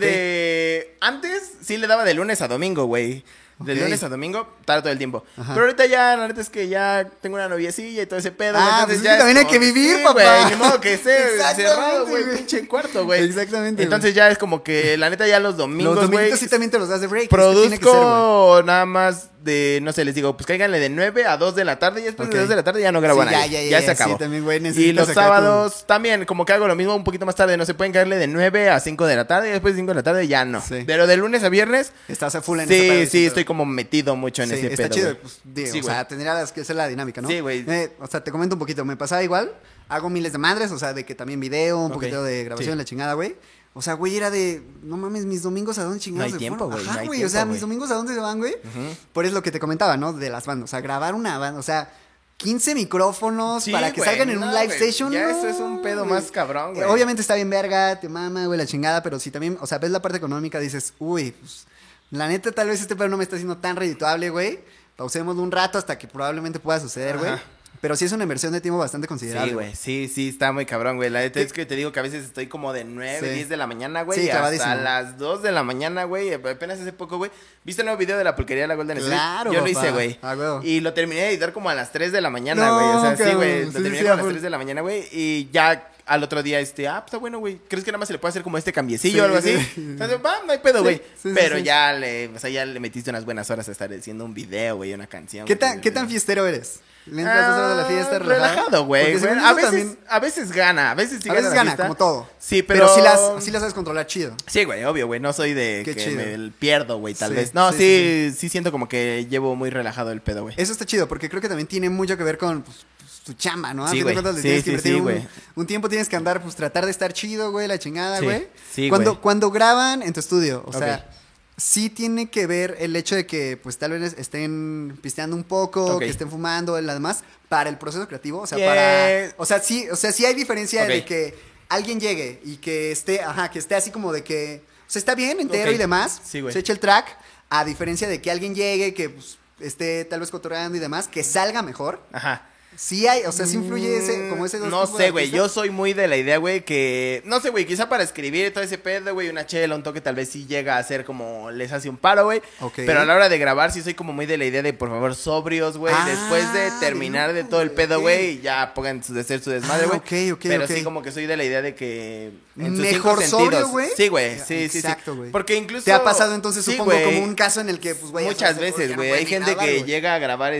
Antes sí le daba de lunes a domingo, güey. De Ok. lunes a domingo, tarde todo el tiempo. Ajá. Pero ahorita ya, la neta es que ya tengo una noviecilla y todo ese pedo. Ah, güey, pues entonces es ya que también hay como- que vivir, sí, papá. güey, ni modo que esté Exactamente, encerrado, güey, güey. pinche cuarto, güey. Exactamente, Entonces ya es como que, la neta, ya los Los domingos, güey, dominitos sí también te los das de break. es que tiene que ser, güey. produzco nada más de, no sé, les digo, pues cáiganle de 9 a 2 de la tarde y después Ok. de 2 de la tarde ya no grabo Sí, a nadie. Ya se acabó. Sí, también, güey, Y necesitas los sacar sábados también, como que hago lo mismo un poquito más tarde. No se pueden caerle de 9 a 5 de la tarde y después de 5 de la tarde ya no. Sí. Pero de lunes a viernes, Estás a full en ese sí, pedo, sí, ese estoy pedo. como metido mucho en Sí, ese está pedo. chido, güey. pues, digo, Sí, o sea, güey. tendrías que hacer la dinámica, ¿no? Sí, güey. O sea, te comento un poquito, me pasaba igual, hago miles de madres, o sea, de que también video, un Ok, poquito de grabación, sí. la chingada, güey. O sea, güey, era de, no mames, mis domingos a dónde chingados No hay se tiempo, fueron? güey, Ajá, no hay güey, o sea, tiempo, mis güey. domingos a dónde se van, güey. Ujú. Por eso lo que te comentaba, ¿no? De las bandas, o sea, grabar una banda, o sea, 15 micrófonos Sí, para que güey, salgan en un no, live güey, station. ya no, eso es un pedo güey. más cabrón, güey. Obviamente está bien verga, te mama, güey, la chingada, pero si también, o sea, ves la parte económica, dices, uy, pues, la neta, tal vez este pedo no me está haciendo tan redituable, güey. Pausémoslo un rato hasta que probablemente pueda suceder, güey. Ajá. Pero sí es una inversión de tiempo bastante considerable. Sí, güey, sí, está muy cabrón, güey. La neta ¿Qué? es que te digo que a veces estoy como de 9, Sí. 10 de la mañana, güey. Sí, y hasta clavadísimo. las 2 de la mañana, güey. Apenas hace poco, güey. ¿Viste el nuevo video de la pulquería de la Golden State? Claro, Yo lo papá. hice, güey. Ah, huevo. Y lo terminé de editar como a las 3 de la mañana, No, güey. O sea, sí, cabrón. güey. Lo Sí, terminé sí, como a a las full. 3 de la mañana, güey. Y ya al otro día, pues está bueno, güey. ¿Crees que nada más se le puede hacer como este cambiecillo Sí, o algo sí. así? Entonces, va, no hay pedo, Sí, güey. sí, sí, Pero sí. ya le metiste unas buenas horas a estar haciendo un video, güey, una canción. ¿Qué güey. tan fiestero eres? ¿Le entras 2 horas de la fiesta Relajado, güey. Porque según A eso veces, también- a veces gana, a veces sí a veces la gana, fiesta. como todo. Sí, pero sí las sabes controlar chido. Sí, güey, obvio, güey. No soy de Qué que chido. me pierdo, güey, tal Sí, vez. No, sí, sí siento como que llevo muy relajado el pedo, güey. Eso está chido, porque creo que también tiene mucho que ver con pues, tu chamba, ¿no? A Sí, fin de güey. cuentas le Sí, tienes que sí, invertir sí, un, güey. un tiempo, tienes que andar, pues tratar de estar chido, güey, la chingada, Sí, güey. sí, cuando, güey. cuando graban en tu estudio, o Ok. sea, sí tiene que ver el hecho de que, pues tal vez estén pisteando un poco, Ok. que estén fumando, y además, para el proceso creativo, o sea, Yeah. para... O sea, sí hay diferencia Ok. de que alguien llegue y que esté así como de que... O sea, está bien, entero Ok. y demás, Sí, güey. se echa el track, a diferencia de que alguien llegue, que pues, esté tal vez cotorreando y demás, que salga mejor. Ajá. Sí hay, o sea, sí influye ese, como ese dos No tipos de sé, güey. artistas. Yo soy muy de la idea, güey, que. No sé, güey. Quizá para escribir todo ese pedo, güey. Una chela, un toque, tal vez sí llega a ser como. Les hace un paro, güey. Ok. Pero a la hora de grabar, sí soy como muy de la idea de, por favor, sobrios, güey. Ah, Después de terminar de todo el pedo, ok. güey. Ya pongan de ser su desmadre, güey. Ok, Pero ok. sí, como que soy de la idea de que. En sus Mejor cinco sobrio, sentidos. güey. Sí, güey. Sí. Exacto, güey. Porque incluso. ¿Te ha pasado entonces, Sí, supongo, güey. como un caso en el que, pues, güey... Muchas o sea, veces, ya no güey. puedes Hay ni gente grabar, que güey. llega a grabar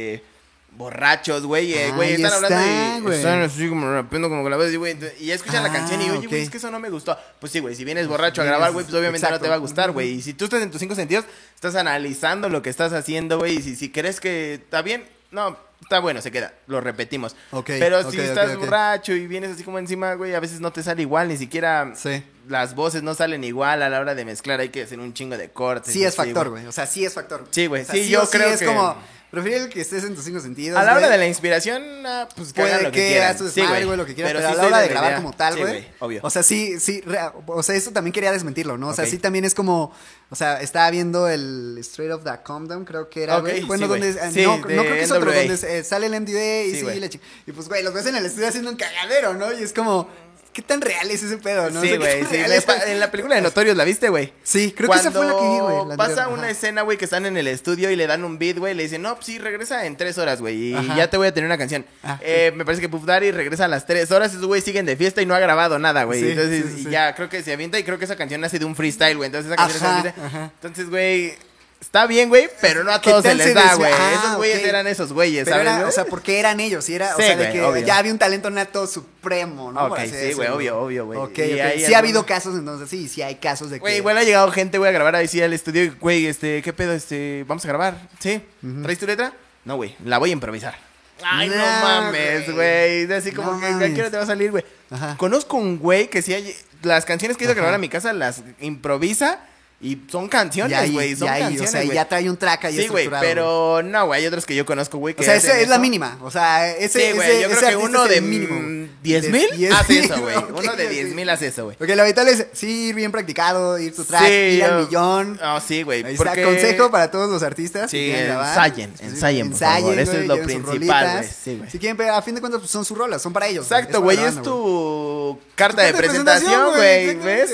borrachos, güey. Güey, Ahí están está, hablando y güey. están así como rapeando como que la ves, güey. Y ya escuchan la Ah, canción y oye, güey, ok. es que eso no me gustó. Pues sí, güey, si vienes borracho a vienes- grabar, güey, pues obviamente exacto. no te va a gustar, güey. Y si tú estás en tus 5 sentidos, estás analizando lo que estás haciendo, güey. Y si crees que está bien, no, está bueno, se queda. Lo repetimos. Ok, Pero ok, si ok, estás ok. borracho y vienes así como encima, güey, a veces no te sale igual, ni siquiera Sí. las voces no salen igual a la hora de mezclar. Hay que hacer un chingo de cortes. Sí y es así, factor, güey. O sea, sí es factor. Sí, güey. O sea, Sí, yo o creo es que- como... Prefiero que estés en tus 5 sentidos, A la hora güey. de la inspiración, pues que hagan Puede lo que que quieran. hagas tu desmadre, güey, lo que quieras, pero a sí la soy hora de la grabar idea. como tal, Sí, güey. obvio. O sea, o sea, esto también quería desmentirlo, ¿no? O sea, Ok. sí también es como, o sea, estaba viendo el Straight of the Calm Down, creo que era, Ok, güey. Bueno, sí, güey. donde, Sí, no de creo que es otro, NWA. donde sale el MDA y Sí, sí, güey. y pues, güey, los ves en el estudio haciendo un cagadero, ¿no? Y es como, ¿Qué tan real es ese pedo, no? Sí, O sea, ¿qué güey, tan sí. real es? En la película de Notorious, ¿la viste, güey? Sí, creo que esa fue la que vi, güey. Cuando pasa una escena, güey, que están en el estudio y le dan un beat, güey, le dicen, no, pues sí, regresa en 3 horas, güey, y Ajá. ya te voy a tener una canción. Ah, Me parece que Puff Daddy regresa a las 3 horas, esos güey siguen de fiesta y no ha grabado nada, güey. Sí, Entonces, sí, sí, y sí. ya creo que se avienta y creo que esa canción nace de un freestyle, güey. Entonces, esa canción Ajá, es un freestyle. ajá. Entonces, güey, está bien, güey, pero no a ¿Qué todos se tal les se da, desvía? güey. Ah, Esos güeyes ok. eran esos güeyes, Pero ¿sabes? era, güey? o sea, porque eran ellos, y era, o Sí, sea, de güey, que obvio. ya había un talento nato supremo, ¿no? Ok, Por así sí, decirlo. güey, obvio, güey. Ok, Y ok. hay Sí ha algunos- habido casos, entonces, sí hay casos de que... Güey, igual ha llegado gente, güey, a grabar ahí sí al estudio y, güey, ¿qué pedo? Vamos a grabar. ¿Sí? ¿Traes tu letra? No, güey, la voy a improvisar. Ay, no, No, mames, güey. Así como No que, ¿a mames. qué hora te va a salir, güey? Ajá. Conozco un güey que sí hay... Las canciones que hizo Ajá. grabar a mi casa las improvisa y son canciones, güey. Son canciones, o sea, güey. ya trae un track ahí Sí, güey, estructurado. pero no, güey, hay otros que yo conozco, güey, que O sea, hacen esa es la eso. mínima. O sea, ese. Sí, güey, yo creo ese que artista uno es de el mínimo. 10,000 10,000, hace eso, güey. ok, Uno de ok. 10,000 hace eso, güey. Porque lo vital es sí ir bien practicado, ir tu track, Sí, ir al yo- millón. No, sí, güey. Ahí porque- está, consejo para todos los artistas que Sí, quieran grabar. ensayen, por favor, eso es lo lleven sus principal, rolitas. güey, sí, güey. Si quieren, pero a fin de cuentas pues, son sus rolas, son para ellos. Exacto, para güey, la es banda, güey. tu carta de presentación, güey, ¿ves?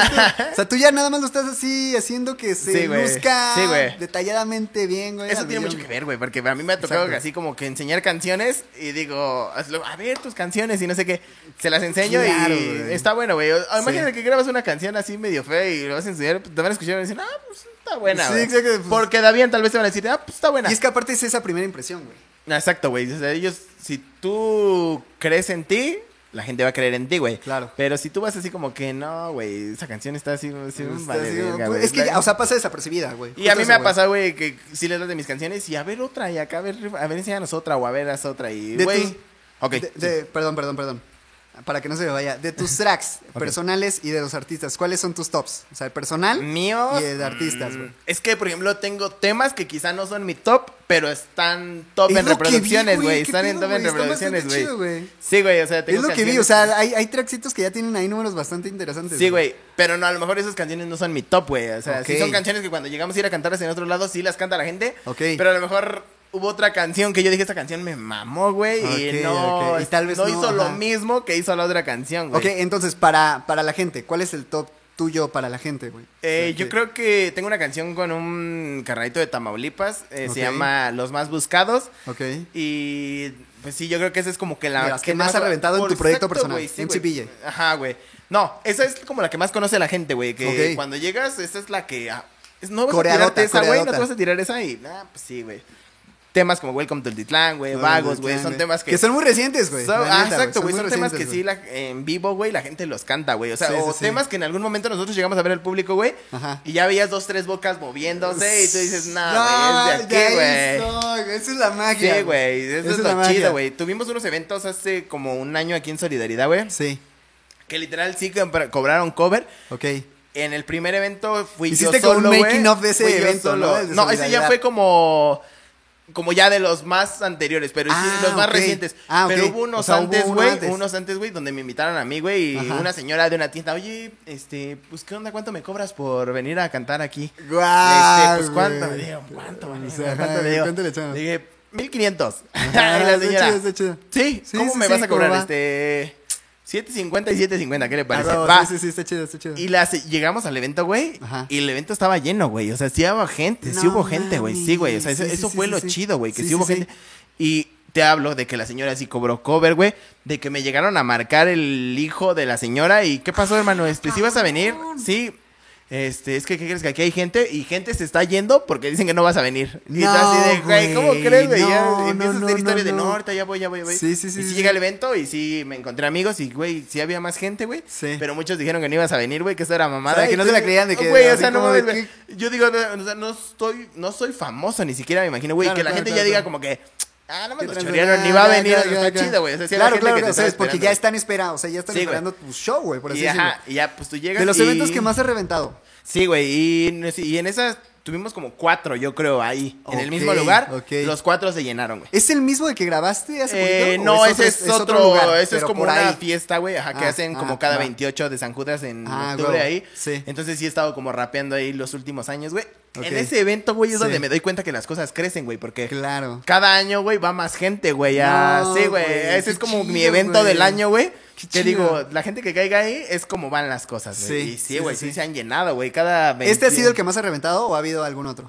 O sea, tú ya nada más lo estás así haciendo que se Sí, güey. luzca Sí, güey. detalladamente bien, güey. Eso al tiene millón. mucho que ver, güey, porque a mí me ha tocado Exacto. así como que enseñar canciones y digo, a ver tus canciones y no sé qué, se las enseño Claro, y güey. está bueno, güey. Imagínate Sí. que grabas una canción así medio fea y lo vas a enseñar, pues, te van a escuchar y van a decir, pues está buena, Sí, güey. exacto, pues. Porque da bien, tal vez te van a decir, pues está buena. Y es que aparte es esa primera impresión, güey. Exacto, güey. O sea, ellos, si tú crees en ti, la gente va a creer en ti, güey. Claro. Pero si tú vas así como que, no, güey, esa canción está así, Está vale, así, verga, pues, güey. es que, ya, o sea, pasa desapercibida, güey. Y a Justo mí eso, me ha güey. pasado, güey, que sí les das de mis canciones y a ver otra y acá, a ver, enséñanos otra o a ver, haz otra y, De güey. tus- Ok. Perdón. Para que no se me vaya. De tus tracks personales y de los artistas, ¿cuáles son tus tops? O sea, el personal Míos. y el de artistas, güey. Es que, por ejemplo, tengo temas que quizá no son mi top, pero están top Es en lo que vi, reproducciones, güey, güey. qué Están en pedo, top en güey, está reproducciones, bastante güey. chido, güey. Sí, güey, o sea, tengo Es lo que vi, canciones- o sea, hay tracksitos que ya tienen ahí números bastante interesantes. Sí, güey, pero no, a lo mejor esas canciones no son mi top, güey. O sea, sí Ok. son canciones que cuando llegamos a ir a cantarlas en otro lado, sí las canta la gente. Ok. Pero a lo mejor hubo otra canción que yo dije, esta canción me mamó, güey. Y Ok, no, ok. Y tal vez no no, hizo lo ajá. mismo que hizo la otra canción, güey. Ok, entonces, para la gente, ¿cuál es el top tuyo para la gente, güey? Yo creo que tengo una canción con un carnalito de Tamaulipas. Ok. Se llama Los Más Buscados. Ok. Y pues sí, yo creo que esa es como que la De las que más ha reventado en tu proyecto personal, güey, sí, MC güey. Ville. Ajá, güey. No, esa es como la que más conoce la gente, güey. Que Ok. cuando llegas, esa es la que. No vas Coreadota, a tirarte esa, güey. No coreadota. te vas a tirar esa y. Pues sí, güey. Temas como Welcome to the Titlán, güey. Vagos, güey. Son temas que. son muy recientes, güey. Son- la neta, exacto, güey. muy Son temas que recientes, sí en vivo, güey, la gente los canta, güey. O sea, Sí, o sí, sí. temas que en algún momento nosotros llegamos a ver al público, güey. Ajá. Y ya veías 2, 3 bocas moviéndose y tú dices, No, güey, es de ya aquí, güey. hizo, esa es la magia. Sí, güey, eso Esa es la lo magia. chido, güey. Tuvimos unos eventos hace como un año aquí en Solidaridad, güey. Sí, Que literal sí cobraron cover. ok. En el primer evento fui Hiciste yo como un solo, güey. making of de ese Fui yo evento, solo. ¿no? El de No, ese ya Solidaridad. fue como ya de los más anteriores, pero sí, los más ok. recientes. Ah, ok. Pero hubo unos O sea, hubo antes, uno güey. antes. Unos antes, güey, donde me invitaron a mí, güey. Y Ajá. una señora de una tienda, oye, pues, ¿qué onda? ¿Cuánto me cobras por venir a cantar aquí? Guau, Pues, ¿cuánto? güey. Le digo, ¿cuánto? O Le sea, digo, ¿cuánto? Le digo, ¿cuánto le echamos? Le dije, 1,500. Ajá, Y la está señora, chido, está chido. sí, Sí, ¿cómo sí, me sí, vas a ¿cómo cobrar? va? 7.50 y 7.50, ¿qué le parece? Ah, Va. sí, está chido, está chido. Y llegamos al evento, güey, Ajá. y el evento estaba lleno, güey. O sea, sí hubo gente, sí No hubo gente, güey. Sí, güey. O sea, mames. eso Sí, fue sí, lo sí. chido, güey, que Sí, sí, hubo sí, gente. Y te hablo de que la señora sí cobró cover, güey. De que me llegaron a marcar el hijo de la señora. ¿Y qué pasó, hermano? ¿Sí vas a venir? Sí. Es que, ¿qué crees? Que aquí hay gente y gente se está yendo porque dicen que no vas a venir. Y tú No, así de, güey, ¿cómo güey, crees, güey? no, Ya empiezas no, a hacer historias no, de, no. no, ahorita ya voy. Sí, sí, sí, Y sí sí. llega el evento y sí me encontré amigos y, güey, sí había más gente, güey. Sí. Pero muchos dijeron que no ibas a venir, güey, que eso era mamada. O sea, que Y no tú se la dices, creían de que- Güey, o así sea, no como de mames, güey. Yo digo, o sea, no soy famoso, ni siquiera me imagino, güey, Claro, que la claro, gente claro, ya diga claro. como que, nada más ¿Qué nos tranza? chorearon, ni va a venir, Ya, eso está ya. chido, güey. O sea, sí, Claro, la gente claro, que te o sea, está es porque esperando. ya están esperando, o sea, ya están Sí, güey. esperando tu show, güey, por así Y decirlo. ajá, y ya, pues tú llegas De los y- eventos que más has reventado. Sí, güey, y en esas tuvimos como 4, yo creo, ahí, en el Ok, mismo lugar. ok. Los 4 se llenaron, güey. ¿Es el mismo de que grabaste hace poquito? ¿O No, es ese es otro, lugar, ese es pero como por una ahí? fiesta, güey, ajá, que Ah, hacen como cada 28 de San Judas en octubre huevo, ahí. sí. Entonces sí he estado como rapeando ahí los últimos años, güey. Ok. En ese evento, güey, es Sí. donde me doy cuenta que las cosas crecen, güey, porque Claro. cada año, güey, va más gente, güey. No, Sí, güey. güey, Ese qué es como mi chido, evento güey. del año, güey. Qué Qué Que chido. digo, la gente que caiga ahí es como van las cosas, güey. Sí, Y sí, sí, güey, sí, sí, sí. se han llenado, güey. Cada ¿Este ha 20 sido el que más ha reventado o ha habido algún otro?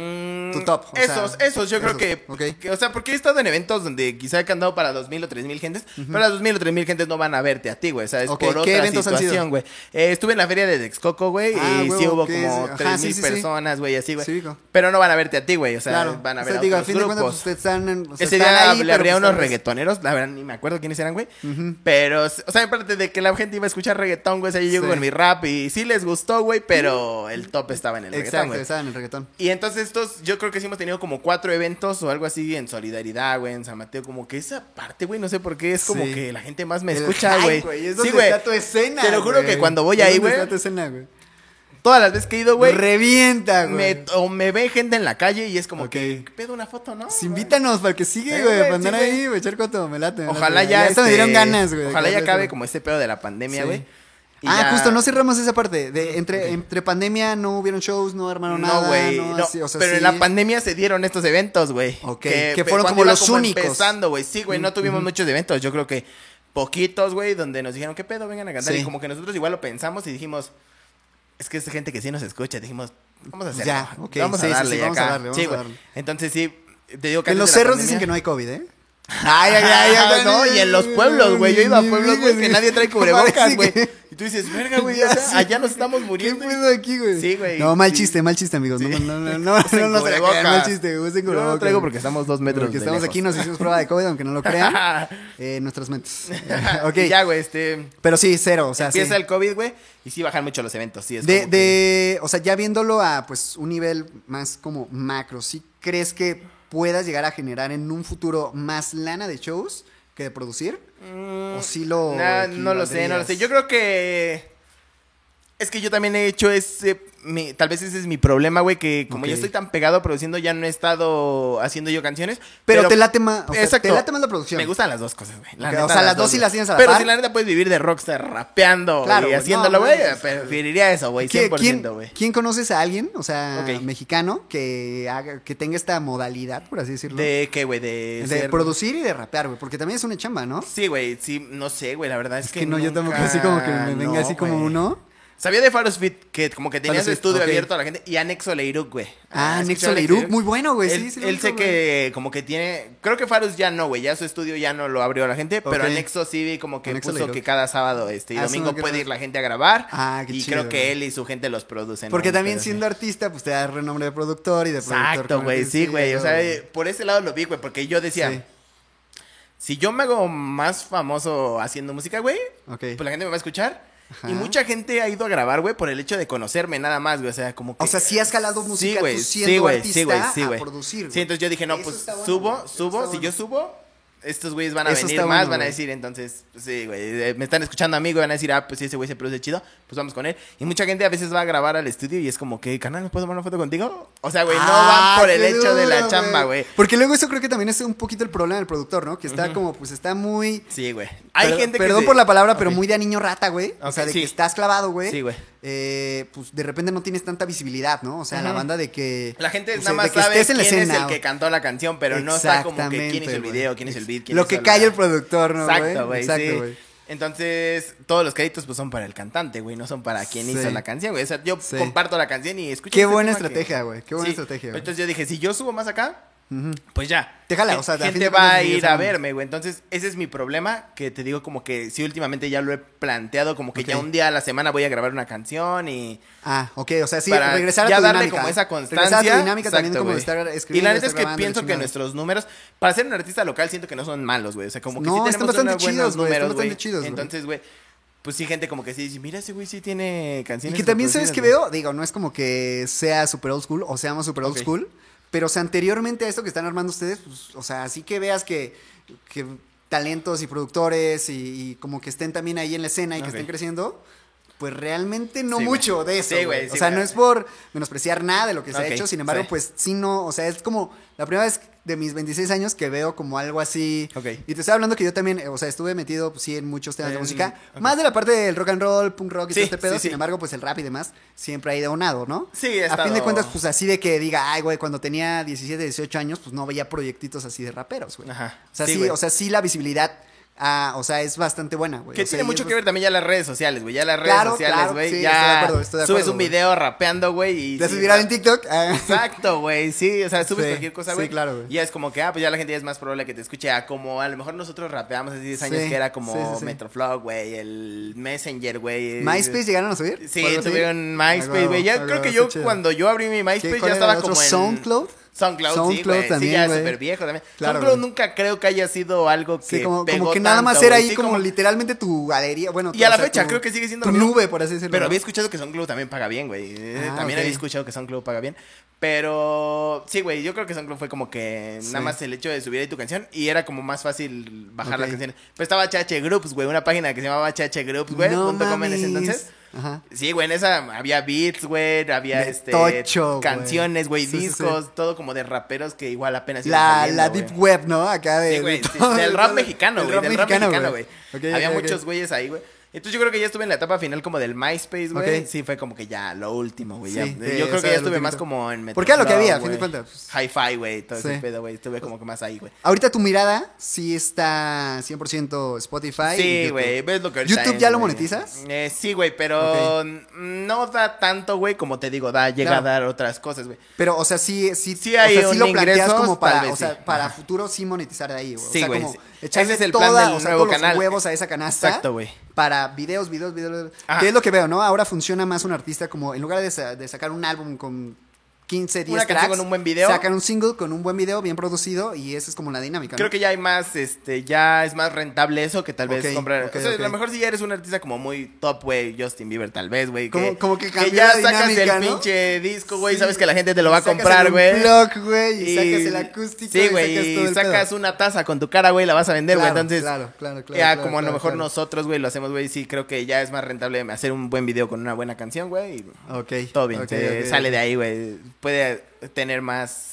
Tu top, o Esos, sea, esos, yo creo esos, que, ok. o sea, porque he estado en eventos donde quizá he cantado para 2,000 o 3,000 gentes, pero las 2,000 o 3,000 gentes no van a verte a ti, güey, o sea, es Ok, por ¿qué otra eventos han sido? situación, güey. Estuve en la feria de Texcoco, güey, Ah, y sí huevo, hubo ¿qué como es? Ajá, 3,000 sí, sí, sí. personas, güey, así, güey. Sí, hijo. Pero no van a verte a ti, güey, o sea, Claro. van a O ver sea, a digo, al otros fin de cuentas, grupos. pues, ustedes están en, o sea, Ese están día ahí, le pero, habría pues, unos tal vez- reggaetoneros, la verdad ni me acuerdo quiénes eran, güey. Pero, o sea, aparte de que la gente iba a escuchar reggaetón, güey, o sea, yo llego Sí. con mi rap y sí les gustó, güey, pero el top estaba en el reggaetón, Exacto, güey. estaba en el reggaetón. Y entonces yo creo que sí hemos tenido como 4 eventos o algo así en solidaridad, güey, en San Mateo, como que esa parte, güey, no sé por qué, es como Sí. que la gente más me El escucha, hype, güey. Es Sí, donde güey. está tu escena, Te lo juro güey. que cuando voy Es ahí, donde güey, está tu escena, güey. todas las veces que he ido, güey, Revienta, güey. me ve gente en la calle y es como Ok. que, ¿qué pedo una foto, no? Pues invítanos para que sigue, Sí, güey, güey, para andar sí, güey. ahí, güey, echar coto, me late. Ojalá late. ya, hasta me dieron ganas, güey. de ojalá ya que acabe eso. como este pedo de la pandemia, Sí. güey. Y Ah, ya- justo, no cerramos esa parte. Entre, Ok. entre pandemia no hubieron shows, no armaron nada. No, güey. no, No, así, o sea, pero sí. en la pandemia se dieron estos eventos, güey. Ok, que fueron cuando como iba los únicos. Empezando, güey. Sí, güey, no tuvimos muchos eventos. Yo creo que poquitos, güey, donde nos dijeron, ¿qué pedo? Vengan a cantar. Sí. Y como que nosotros igual lo pensamos y dijimos, es que es gente que sí nos escucha. Dijimos, vamos a hacerlo. Ya, ok, Vamos sí, a sí, darle sí, ya vamos a acá. darle, vamos Sí, a güey. darle. Entonces sí, te digo que En antes los de la cerros pandemia- dicen que no hay COVID, ¿eh? Ay, ay, ay, No, y en los pueblos, güey. Yo he ido a Ni pueblos, güey, que digas, nadie trae parece cubrebocas, güey. que- Y tú dices, verga, güey, Ya o sea, sé. allá nos estamos ¿Qué muriendo. pedo aquí, güey? Sí, güey. No, mal Sí. chiste, amigos. Sí. No, no, no, no, Usen no, no se la crean, mal cubrebocas. chiste, usen Yo no cubrebocas. traigo porque estamos 2 metros Porque de estamos lejos. aquí, nos hicimos prueba de COVID, aunque no lo crean. Nuestras mentes. Ok. Y ya, güey, Pero sí, cero, o sea, empieza sí. el COVID, güey, y sí bajan mucho los eventos, sí. Es De, como que- de, o sea, ya viéndolo a, pues, un nivel más como macro, ¿sí crees que puedas llegar a generar en un futuro más lana de shows que de producir? ¿O sí lo No lo sé, no lo sé. equivaldrías? Yo creo que... Es que yo también he hecho tal vez ese es mi problema, güey, que como Ok. yo estoy tan pegado produciendo, ya no he estado haciendo yo canciones. Pero te late más, o sea, Exacto. te late más la producción. Me gustan las dos cosas, güey. La Ok, neta, o sea, las dos sí las tienes a la Pero par. si la neta puedes vivir de rockstar rapeando Claro, y güey, haciéndolo, no, güey, mames. preferiría eso, güey, 100%, güey. ¿Quién conoces a alguien, o sea, Ok. mexicano, que tenga esta modalidad, por así decirlo? ¿De qué, güey? De ser- producir y de rapear, güey, porque también es una chamba, ¿no? Sí, güey, sí, no sé, güey, la verdad es Es que no, yo tampoco nunca- así como que me venga no, así como güey. uno. Sabía de Faros Fit que como que tenía Faros su Fit, estudio ok. abierto a la gente y Anexo Leiruk, güey. Ah, ¿has Nexo escuchado Leiruk, muy bueno, güey, Él, sí, lo él ubico, sé que como que tiene, creo que Faros ya no, güey, ya su estudio ya no lo abrió a la gente, pero Ok. Anexo sí vi como que Anexo puso Leiruk. que cada sábado y Ah, domingo eso no puede creo. ir la gente a grabar. Ah, qué y chido, creo que güey. él y su gente los producen. Porque ¿no? también Pero siendo sí. artista, pues te da renombre de productor y de productor. Exacto, como güey, que sí, güey, o sea, güey. por ese lado lo vi, güey, porque yo decía, Sí. si yo me hago más famoso haciendo música, güey, Ok. pues la gente me va a escuchar. Ajá. Y mucha gente ha ido a grabar, güey, por el hecho de conocerme nada más, güey. O sea, como que... O sea, sí has jalado música güey, tú siendo güey, artista sí, a güey. producir, Sí, güey. entonces yo dije, no, Eso pues está bueno, subo, güey. Eso subo. está Si bueno. yo subo, estos güeyes van a Eso venir está más, bueno, van a güey. decir, entonces, pues, sí, güey, me están escuchando a mí, güey, van a decir, ah, pues sí, ese güey se produce chido, pues vamos con él. Y mucha gente a veces va a grabar al estudio y es como que, carnal, ¿me puedo tomar una foto contigo? O sea, güey, no Ah, van por el qué hecho de la duro, chamba, güey. Porque luego eso creo que también es un poquito el problema del productor, ¿no? Que está como, pues está muy... Sí, güey. Hay gente que Perdón se- por la palabra, pero Ok. muy de a niño rata, güey. O Ok, sea, de sí. que estás clavado, güey. Sí, güey. Pues de repente no tienes tanta visibilidad, ¿no? O sea, la Ujú. banda de que... La gente o sea, nada más de que sabe estés en quién la es escena, el que cantó la canción, pero no está como que quién hizo el güey. video, quién hizo el beat, quién Lo hizo que la- calla el productor, ¿no, güey? Exacto, güey, Exacto, sí. güey. Entonces, todos los créditos pues son para el cantante, güey, no son para quien Sí. hizo la canción, güey. O sea, yo Sí. comparto la canción y escucho Qué este buena tema que- estrategia, güey. Qué buena Sí. estrategia, güey. Entonces yo dije, si yo subo más acá, Ujú. pues ya. Te jala, o sea, a fin gente de va cuentas, a sí, ir esa a onda. verme, güey. Entonces, ese es mi problema, que te digo como que sí, últimamente ya lo he planteado, como que Ok. ya un día a la semana voy a grabar una canción y... Ah, ok, o sea, sí, para regresar a ya tu darle dinámica. como esa Regresar constancia. a tu dinámica también Exacto, como de güey. estar Y escribiendo. la neta es estar que grabando, pienso la que chingada. nuestros números, para ser un artista local, siento que no son malos, güey. O sea, como que No, sí están tenemos bastante unos buenos chidos, güey, están números, bastante güey. chidos, güey. Entonces, güey, pues sí, gente como que sí dice, mira, ese güey sí tiene Y canciones. que también, ¿sabes qué reproducidas, veo? Digo, no es como que sea super old school o seamos super old Ok. school, pero o sea, anteriormente a esto que están armando ustedes, pues, o sea, así que veas que talentos y productores y como que estén también ahí en la escena y que Ok. estén creciendo, pues realmente no Sí, mucho güey. de eso, Sí, güey. güey, O sí, sea, güey. no es por menospreciar nada de lo que se ha Ok, hecho, sin embargo, sí. pues sí no, o sea, es como la primera vez de mis 26 años que veo como algo así. Ok. Y te estoy hablando que yo también, o sea, estuve metido, pues, sí, en muchos temas de música, ok. más de la parte del rock and roll, punk rock y Sí, todo este pedo, sí, sí. sin embargo, pues el rap y demás siempre ha ido unado, ¿no? Sí, he A fin de estado- cuentas, pues así de que diga, ay, güey, cuando tenía 17, 18 años, pues no veía proyectitos así de raperos, güey. Ajá. O sea, sí, güey. o sea, sí la visibilidad o sea, es bastante buena, güey. Que o sea, tiene y mucho es que ver también ya las redes sociales, güey. Ya las redes Claro, sociales, claro, güey. sí, ya estoy de acuerdo, subes un güey. video rapeando, güey. Y ¿Te haces sí, viral en TikTok? Exacto, güey. Sí, o sea, subes Sí, cualquier cosa, güey. sí, claro, güey. Y ya es como que, pues ya la gente ya es más probable que te escuche. A como a lo mejor nosotros rapeamos hace 10 años Sí, que era como sí, sí, sí. Metroflog, güey. El Messenger, güey. ¿MySpace llegaron a subir? Sí, ¿O algo así? tuvieron MySpace, güey. Ah, Ya creo que está yo chido. cuando yo abrí mi ¿Qué, MySpace cuál ya era el estaba otro? como en... ¿SoundCloud? SoundCloud, sí, SoundCloud güey. también, Sí, ya güey. súper viejo también. Claro, SoundCloud güey. nunca creo que haya sido algo que Sí, como pegó que nada más tanto, era güey. ahí Sí, como literalmente tu galería. Bueno, Y a la o sea, fecha creo que sigue siendo tu lo mismo. nube, por así decirlo. Pero ¿no? había escuchado que SoundCloud también paga bien, güey. También ok. había escuchado que SoundCloud paga bien. Pero sí, güey, yo creo que SoundCloud fue como que Sí. nada más el hecho de subir ahí tu canción y era como más fácil bajar Ok. las canciones. Pero estaba HH Groups, güey, una página que se llamaba HH Groups, güey, No .com en ese mames. entonces. Ajá. Sí, güey, en esa había beats, güey, había De tocho, güey. canciones, güey, Sí, sí, discos, todo como de raperos que igual apenas iban La saliendo, güey. Deep Web, ¿no? Acá de... Sí, güey, de sí, todo, del de rap todo. mexicano, Del güey, del rap mexicano, güey. Ok, Había ok, ok. muchos güeyes ahí, güey. Entonces yo creo que ya estuve en la etapa final como del MySpace, güey. Ok. Sí, fue como que ya lo último, güey. Sí, ya. Yo o creo sea, que ya lo estuve más ultimito. como en Porque era lo que había, a Metroflog, fin de güey. cuentas. Hi-Fi, güey, todo Sí. ese pedo, güey. Estuve como que más ahí, güey. Ahorita tu mirada sí está 100% Spotify y Sí, YouTube. güey, ves lo que ahorita ¿YouTube es, ya lo güey. monetizas? Sí, güey, pero no da tanto, güey, como te digo, llega Claro. a dar otras cosas, güey. Pero, o sea, sí Sí hay o sea, sí un lo planteas ingresos, como para, tal vez o sea, sí. para Ajá. futuro sí monetizar de ahí, güey. Sí, o sea, güey, como sí. echarle Ese es el plan del o sea, nuevo todos canal. los huevos a esa canasta. Exacto, güey. Para videos. Ajá. ¿Qué es lo que veo, no? Ahora funciona más un artista como, en lugar de sacar un álbum con 15, 10 Una canción tracks, con un buen video. sacan un single con un buen video bien producido y esa es como la dinámica, Creo ¿no? que ya hay más, ya es más rentable eso que tal vez Ok, comprar. ok, o sea, ok. a lo mejor si ya eres un artista como muy top, güey, Justin Bieber tal vez, güey. Como que cambió ya la sacas dinámica, el ¿no? pinche disco, güey, Sí. sabes que la gente te lo va a Sacas comprar, el güey. unplug, güey, y sacas el acústico Sí, y güey, sacas todo y el sacas pedo. una taza con tu cara, güey, la vas a vender, güey. Claro, Entonces, claro, ya claro, como a lo claro, mejor claro. nosotros, güey, lo hacemos, güey, sí creo que ya es más rentable hacer un buen video con una buena canción, güey. Y Ok. todo bien, ok, se ok, sale ok. de ahí, güey. Puede tener más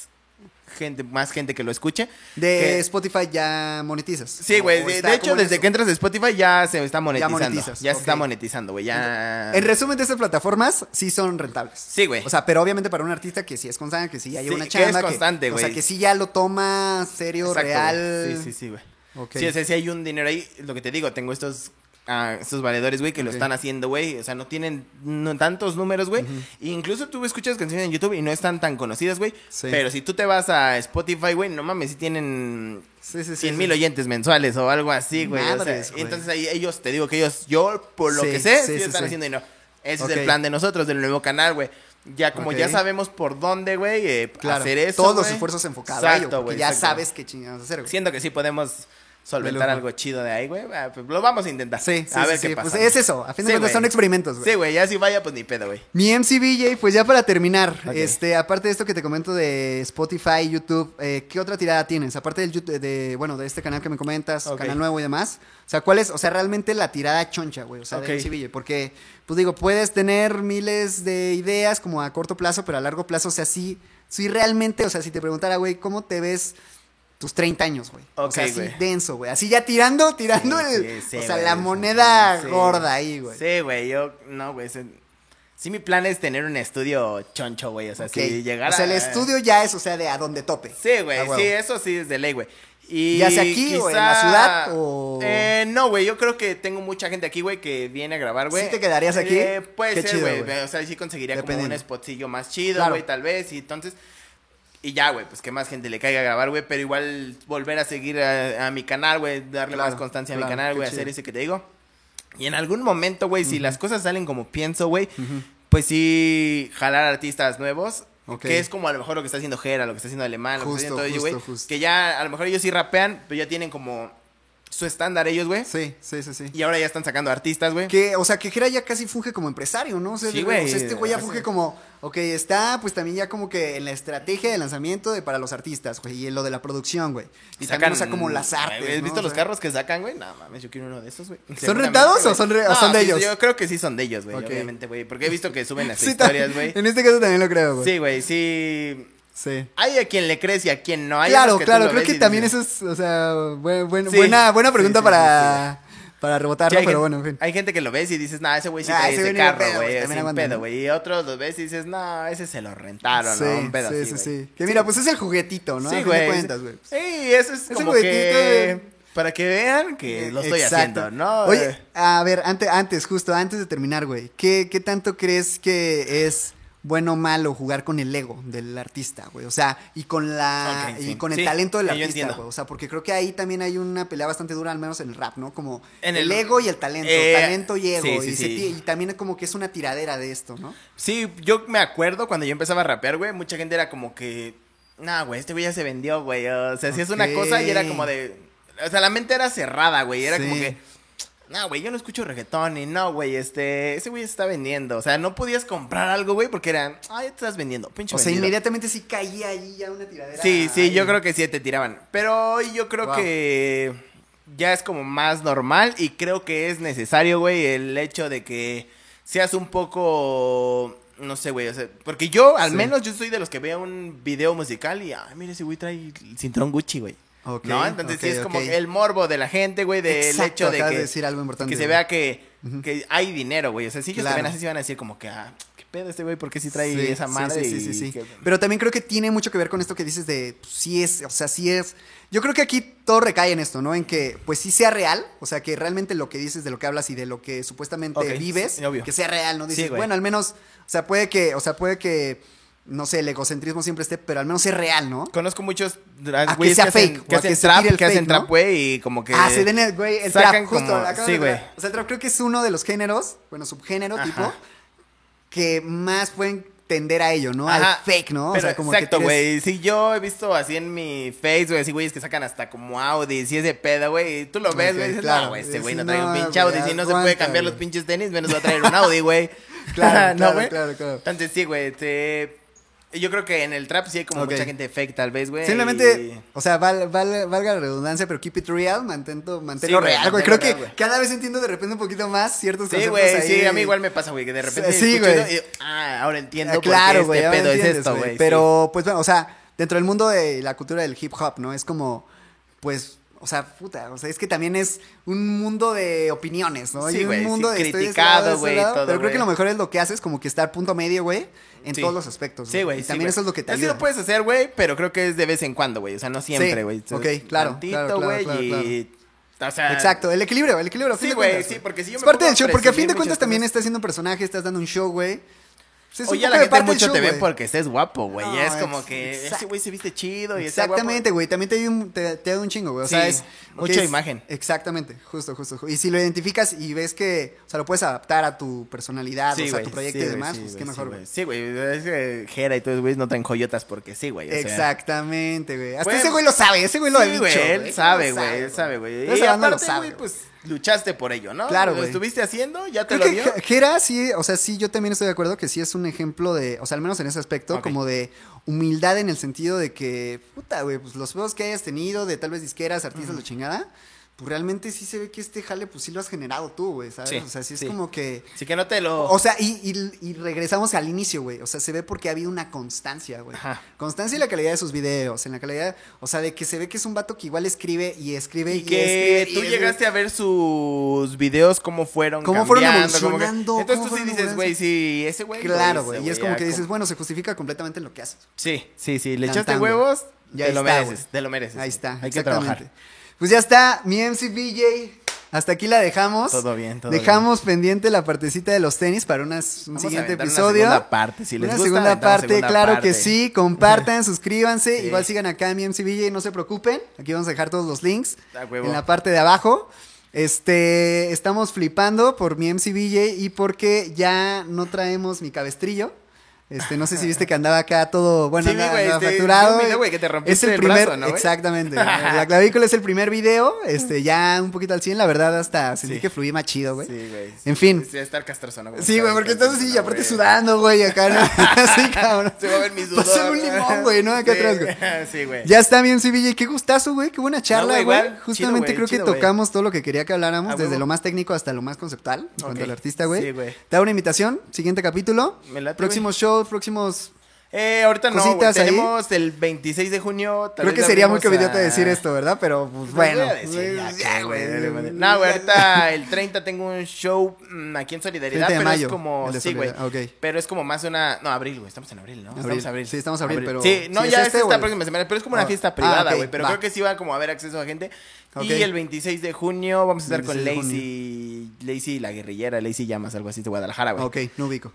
gente que lo escuche. De que- Spotify ya monetizas. Sí, güey. O De está hecho, como en desde eso. que entras de Spotify ya se está monetizando. Ya, monetizas, se está ok. monetizando, güey. Ya. En resumen de estas plataformas, sí son rentables. Sí, güey. O sea, pero obviamente para un artista que sí es constante, que sí ya lleva Sí, una que es chamba. constante, O sea, güey. que sí ya lo toma serio, Exacto, real. güey. Sí, güey. Ok. Sí, o sea, sí hay un dinero ahí. Lo que te digo, tengo estos valedores, güey, que lo Ok. están haciendo, güey. O sea, no tienen tantos números, güey. Incluso tú escuchas canciones en YouTube y no están tan conocidas, güey. Sí. Pero si tú te vas a Spotify, güey, no mames, si tienen Sí, sí, sí. 100,000 oyentes mensuales o algo así, güey. O sea, Madres, güey. entonces ahí ellos, te digo que ellos, yo por lo Sí, que sé, sí, sí, sí, están sí. haciendo dinero. Ese Ok. es el plan de nosotros, del nuevo canal, güey. Ya como Ok. ya sabemos por dónde, güey, Claro, hacer eso, todos los güey. esfuerzos enfocados a ello, Exacto, porque güey, ya exacto. sabes qué chingados hacer, güey. Siento que sí podemos solventar lujo. algo chido de ahí, güey. Pues lo vamos a intentar. Sí, sí, a ver sí, qué sí. pasa. Pues es eso, a fin de Sí, cuentas güey. son experimentos, güey. Sí, güey, ya si vaya, pues ni pedo, güey. Mi MCBJ, pues ya para terminar, Ok. aparte de esto que te comento de Spotify, YouTube, ¿qué otra tirada tienes? Aparte del YouTube, de este canal que me comentas, Ok. canal nuevo y demás. O sea, ¿cuál es, o sea, realmente la tirada choncha, güey? O sea, Ok. de MCBJ, porque, pues digo, puedes tener miles de ideas como a corto plazo, pero a largo plazo, o sea, sí realmente, o sea, si te preguntara, güey, ¿cómo te ves tus 30 años, güey? O Ok, sea, así güey. denso, güey. Así ya tirando Sí, el, sí, o sea, güey, la sí, moneda sí. gorda ahí, güey. Sí, güey, no, güey. Sí, mi plan es tener un estudio choncho, güey. O sea, Ok. si llegar O sea, a... el estudio ya es, o sea, de a donde tope. Sí, güey, A huevo. sí, eso sí es de ley, güey. Y ¿Ya sea aquí o en la ciudad o...? No, güey, yo creo que tengo mucha gente aquí, güey, que viene a grabar, güey. ¿Sí te quedarías aquí? Puede Qué ser, chido, güey. güey. O sea, sí conseguiría como Dependiendo. un spotcillo más chido, Claro. güey, tal vez. Y entonces... Y ya, güey, pues que más gente le caiga a grabar, güey. Pero igual volver a seguir a mi canal, güey. Darle Claro, más constancia a mi claro, canal, qué güey. chido. Hacer ese que te digo. Y en algún momento, güey, si las cosas salen como pienso, güey, pues sí jalar artistas nuevos. Ok. Que es como a lo mejor lo que está haciendo Jera, lo que está haciendo Alemán, lo que está Justo, haciendo todo ello, justo, güey. justo. Que ya a lo mejor ellos sí rapean, pero ya tienen como su estándar ellos, güey. Sí, sí, sí, sí. Y ahora ya están sacando artistas, güey. Que, o sea, que Jera ya casi funge como empresario, ¿no? O sea, Sí, güey. O sea, este güey ya Sí. funge como, ok, está pues también ya como que en la estrategia de lanzamiento para los artistas, güey, y en lo de la producción, güey. Y también, o sea, como las artes, ¿Has ¿no? visto O los sea, carros que sacan, güey? No mames, yo quiero uno de esos, güey. ¿Son Seguramente, rentados güey. o son de No, sí, ellos? Yo creo que sí son de ellos, güey, Ok. obviamente, güey. Porque he visto que suben las Sí, historias, güey. En este caso también lo creo, güey. Sí, güey, sí. Sí. Hay a quien le crees y a quien no. Hay Claro, unos que tú claro, lo creo ves que y también dices, eso es, o sea, Sí. buena pregunta Sí, sí, para Sí, rebotarlo, hay pero gente- bueno, en fin. Hay gente que lo ves y dices, nah, ese güey sí Ah, trae ese ese güey ni de carro, pedo, güey, güey, también sin aguanta, pedo, ¿no? güey. Y otros los ves y dices, no, ese se lo rentaron, Sí, ¿no? Un pedo sí, así, sí, güey. sí. Que mira, pues es el juguetito, ¿no? A Sí, fin de güey. cuentas, güey. Sí, eso es Es el como juguetito que... Para que vean que lo estoy Exacto. haciendo, ¿no? Oye, a ver, justo antes de terminar, güey, ¿qué tanto crees que es bueno o malo jugar con el ego del artista, güey? O sea, y con Ok, sí. y con el Sí, talento del sí, yo artista, entiendo. güey. O sea, porque creo que ahí también hay una pelea bastante dura, al menos en el rap, ¿no? Como En el el- ego y el talento, talento y ego. sí, sí, y, sí. y también como que es una tiradera de esto, ¿no? Sí, yo me acuerdo cuando yo empezaba a rapear, güey, mucha gente era como que, nah, güey, este güey ya se vendió, güey. O sea, si es una Ok. cosa y era como de, o sea, la mente era cerrada, güey. Era Sí. como que, nah, güey, yo no escucho reggaetón y no, güey, ese güey se está vendiendo. O sea, no podías comprar algo, güey, porque era, ya te estás vendiendo, pinche O sea, vendido. inmediatamente sí caía ahí ya una tiradera. Sí, ahí. yo creo que sí te tiraban. Pero hoy yo creo Wow. que ya es como más normal y creo que es necesario, güey, el hecho de que seas un poco, no sé, güey, o sea, porque yo, al Sí. menos yo soy de los que veo un video musical y, ay, mira, ese güey trae el cinturón Gucci, güey. Ok, ¿No? Entonces ok, sí es como ok. que el morbo de la gente, güey, del Exacto, hecho de acabas que, de decir algo importante, que se güey. vea que hay dinero, güey. O sea, si ellos Claro. te ven así, se van a decir como que, qué pedo este güey, ¿por qué sí trae Sí, esa madre? Sí. que- Pero también creo que tiene mucho que ver con esto que dices de, pues, sí es, o sea, sí es. Yo creo que aquí todo recae en esto, ¿no? En que, pues sí sea real, o sea, que realmente lo que dices, de lo que hablas y de lo que supuestamente Ok, vives, sí, obvio. que sea real, ¿no? Dices, Sí, güey. bueno, al menos, puede que, no sé, el egocentrismo siempre esté, pero al menos es real, ¿no? Conozco muchos que güeyes sea que hacen, fake, que o a hacen que se trap, tire el que hacen fake, trap, ¿no? güey, y como que... Se den güey, el sacan trap, justo, como- acabas sí, de güey. ver. O sea, el trap creo que es uno de los géneros, bueno, subgénero Ajá. tipo, que más pueden tender a ello, ¿no? Ajá, Al fake, ¿no? pero o sea, como exacto, que tienes- güey. Sí, yo he visto así en mi Face, güey, así güeyes que sacan hasta como Audi, y es de pedo, güey. Y tú lo ves, Ok, güey, y dices, claro. no, güey, este Sí, güey no trae un no, pinche güey, Audi. Si no se aguanta, puede cambiar güey. los pinches tenis, menos va a traer un Audi, güey. Claro, ¿No, güey? claro. Entonces, sí, güey, yo creo que en el trap sí hay como Ok. mucha gente fake, tal vez, güey. Simplemente, o sea, valga la redundancia, pero keep it real, manténlo Sí, güey, real, güey. manténlo Creo que real, güey. cada vez entiendo de repente un poquito más ciertos Sí, conceptos güey, ahí. sí, a mí igual me pasa, güey, que de repente Sí, escucho güey. eso y, ahora entiendo por Claro, qué güey, este ahora pedo es entiendes, esto, güey. güey. Pero, pues bueno, o sea, dentro del mundo de la cultura del hip hop, ¿no? Es como, pues, o sea, puta, o sea, es que también es un mundo de opiniones, ¿no? Sí, Y güey, un mundo sí, de estoy de este criticado, lado, de este güey, lado, todo, pero creo güey. que lo mejor es lo que haces, como que estar punto medio, güey, en Sí. todos los aspectos. Sí, güey. Y sí, también güey. eso es lo que te Así ayuda. lo puedes hacer, güey, pero creo que es de vez en cuando, güey. O sea, no siempre, Sí, güey. ok, claro, claro, güey, claro, y... O sea... Exacto, el equilibrio, a fin Sí, de güey, cuentas, sí, porque si yo es me parte pongo del show, porque a fin de presumir cuentas muchas también cosas- estás haciendo un personaje, estás dando un show, güey. Pues es un Oye, a poco la de gente parte del mucho show, te ven güey. porque estés guapo, güey. No, Y es como que exacto. ese güey se viste chido y está guapo. Exactamente, güey. También te da un chingo, güey. O Sí, sea, es. mucha ok, imagen. Exactamente, justo. Y si lo identificas y ves que, o sea, lo puedes adaptar a tu personalidad, o sea, a güey, tu proyecto sí, y güey, demás, sí, pues qué güey, mejor, sí, güey. Sí, güey. Es que Jera y todos los güeyes no traen joyotas porque sí, güey. O sea, Exactamente, güey. Hasta Pues, ese güey lo sabe, ese güey lo ha sí, dicho. güey, él Lo sabe, güey. Él sabe, güey. Esa Y banda lo aparte, sabe, güey, pues luchaste por ello, ¿no? Claro, Lo güey. estuviste haciendo, ya te Creo lo que dio. Jera sí, o sea, sí, yo también estoy de acuerdo que sí es un ejemplo de, o sea, al menos en ese aspecto, Ok. como de humildad en el sentido de que, puta, güey, pues los juegos que hayas tenido, de tal vez disqueras, artistas, la chingada, pues realmente sí se ve que este jale, pues sí lo has generado tú, güey, ¿sabes? Sí, O sea, sí es sí. como que... Así que no te lo... O sea, y regresamos al inicio, güey. O sea, se ve porque ha habido una constancia, güey. Ajá. Constancia en la calidad de sus videos, en la calidad, o sea, de que se ve que es un vato que igual escribe y escribe Y que escribe, tú llegaste a ver sus videos, cómo fueron Cómo fueron cambiando, evolucionando, Entonces cómo tú sí fueron dices, güey, sí, ese güey. lo Claro, hizo, güey. Y es como ya que dices, bueno, se justifica completamente en lo que haces. Sí, le Cantando. echaste huevos, Ya te lo está, mereces, güey. te lo mereces. Ahí está, Hay que exactamente. trabajar. Pues ya está, mi MC BJ. Hasta aquí la dejamos. Todo bien, todo Dejamos pendiente la partecita de los tenis para un Vamos a siguiente aventar episodio. Una segunda parte, si les Una gusta, segunda aventamos parte, segunda claro parte. que sí. Compartan, suscríbanse. Sí. Igual sigan acá en mi MC BJ, no se preocupen. Aquí vamos a dejar todos los links A huevo. en la parte de abajo. Estamos flipando por mi MC BJ y porque ya no traemos mi cabestrillo. No sé si viste que andaba acá todo, bueno, Sí, vi, andaba, güey, andaba vi un fracturado. video, güey, que te rompiste Es el el primer, brazo, ¿no, güey? exactamente. La clavícula es el primer video, ya un poquito al 100, la verdad, hasta sentí Sí. que fluí más chido, güey. Sí, güey. En fin. Sí, estar castroso, ¿no? Sí, güey, porque estás así y aparte güey. sudando, güey, acá, ¿no? Así, cabrón. Se va a ver mi sudor. Pásame un limón, güey, ¿no? Acá Sí, atrás, güey. Sí, güey. Ya está bien, CBJ, qué gustazo, güey, qué buena charla, No, güey. güey, igual, Justamente chido, creo güey, que chido, güey. tocamos todo lo que quería que habláramos, A desde huevo. lo más técnico hasta lo más conceptual, en cuanto Ok. al artista, güey. Sí, güey. Te hago una invitación, siguiente capítulo, Me late, próximos shows, próximos... Ahorita no, güey. Cositas ahí. Tenemos el 26 de junio. Creo que sería muy covidiota decir esto, ¿verdad? Pero pues bueno. Voy a decir ya, güey. No, güey, ahorita el 30 tengo un show aquí en Solidaridad, 30 de pero mayo, es como, el de sí, güey. Solidaridad, ok. Pero es como más una, no, abril, güey, estamos en abril, ¿no? Abril. Estamos en abril. Sí, estamos en abril, pero... Sí, no, ¿sí ya es es esta o el- próxima semana, pero es como una Ah, fiesta privada, ok, güey, pero va. creo que sí va como a haber acceso a gente. Ok. Y el 26 de junio vamos a estar con 26 de Lacey la guerrillera, Lacey Llamas, algo así de Guadalajara, güey. Ok, no ubico.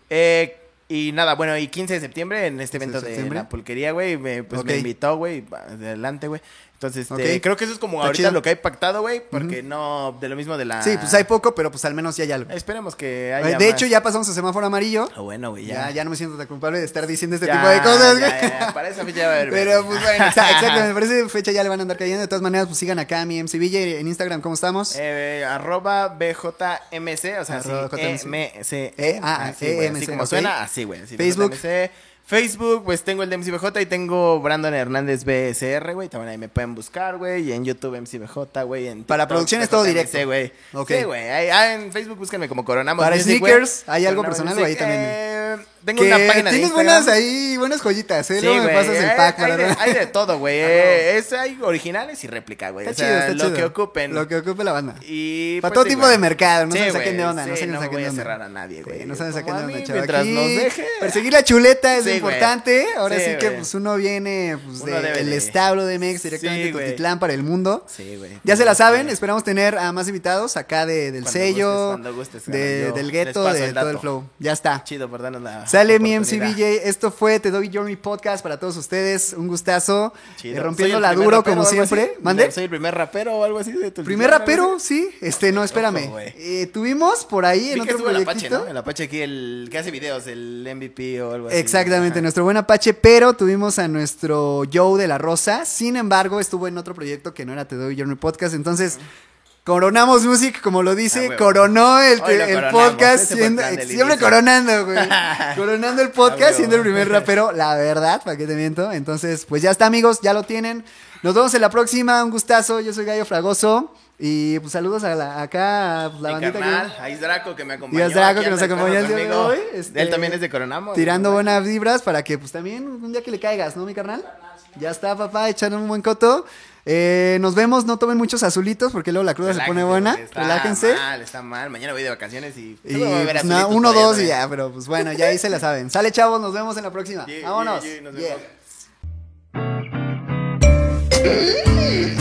Y nada, bueno, y 15 de septiembre en este 15 de evento de septiembre. la pulquería, güey, pues Ok. me invitó, güey, adelante, güey. Entonces, Ok. creo que eso es como Está ahorita chido. lo que hay pactado, güey, porque no, de lo mismo de la... Sí, pues hay poco, pero pues al menos ya hay algo. Esperemos que haya De más. hecho, ya pasamos a semáforo amarillo. Ah, bueno, güey, Ya no me siento tan culpable de estar diciendo este Ya, tipo de cosas, güey. ya, para esa fecha ya va a haber. Pero pues bueno, exactamente, para esa fecha ya le van a andar cayendo. De todas maneras, pues sigan acá a mi MC Ville en Instagram, ¿cómo estamos? Arroba BJMC, o sea, Arroba así, JMC. MC. Así, güey, EMC, así como ok. suena, así, güey. Así, Facebook. BJMC. Facebook, pues tengo el de MCBJ y tengo Brandon Hernández BSR, güey. También ahí me pueden buscar, güey. Y en YouTube MCBJ, güey. En Para TikTok, producciones todo BJMC, directo. güey. Ok. Sí, güey. En Facebook búsquenme como Coronamos Para Music, güey. sneakers, ¿hay algo Coronamos personal o ahí Music. también? Tengo una página de tienes Instagram. buenas ahí, buenas joyitas, ¿eh? Sí, Luego me güey, pasas el pack para... hay de todo, güey. Hay originales y réplica, güey. Está O sea, chido, está lo chido. que ocupen. Lo que ocupe la banda. Y Para pues, todo sí, tipo güey. de mercado, no Sí, se saquen güey, de onda, sí, no se no saquen voy de a onda. cerrar a nadie, güey. No se Como saquen de a onda, mí, chaval. mientras Aquí, nos deje. perseguir la chuleta es Sí, lo güey. importante. Ahora sí Sí, que güey. pues uno viene pues, Uno debe del de- establo de Mex directamente Sí, de güey. Totitlán para el mundo. Sí, güey. Ya se la saben, esperamos tener a más invitados acá del Cuando sello, cuando gustes, del les gueto, paso de el todo el dato. flow. Ya está. Chido por darnos la Sale mi MC oportunidad. VJ, esto fue Te Doy Journey Podcast para todos ustedes, un gustazo, Chido. rompiendo ¿Soy el la primer duro rapero como o algo siempre. así? ¿Mande? ¿Soy el primer rapero o algo así de tu ¿Primer rapero? Sí, no, espérame. Ojo, güey. Tuvimos por ahí en Vi que otro estuvo el Apache, proyectito. ¿no? El Apache aquí, el que hace videos, el MVP o algo así. Exactamente, Ajá. nuestro buen Apache, pero tuvimos a nuestro Joe de la Rosa. Sin embargo, estuvo en otro proyecto que no era Te Doy Journey Podcast. Entonces, Coronamos Music, como lo dice, huevo. coronó el Hoy lo el coronamos, podcast, ese fue el siendo, plan del siempre inicio. coronando, güey. Coronando el podcast, huevo. siendo el primer rapero, la verdad, ¿para qué te miento? Entonces, pues ya está, amigos, ya lo tienen. Nos vemos en la próxima, un gustazo. Yo soy Gallo Fragoso. Y pues saludos a acá, a pues, la Mi bandita carnal, que. a Isdraco que me acompañó. Y a Isdraco aquí que nos anda acompañó el día de conmigo. hoy, Él también es de Coronamos. Tirando buenas vibras para que pues también un día que le caigas, ¿no, mi carnal? Ya está, papá, echando un buen coto. Nos vemos, no tomen muchos azulitos porque luego la cruda se pone buena. Relájense. Está mal. Mañana voy de vacaciones y... Y seguro voy a ver pues, azulitos nada, uno, por allá dos y también. ya, pero pues bueno, ya ahí se la saben. Sale, chavos, nos vemos en la próxima. Yeah, Vámonos. yeah, nos Yeah. vemos.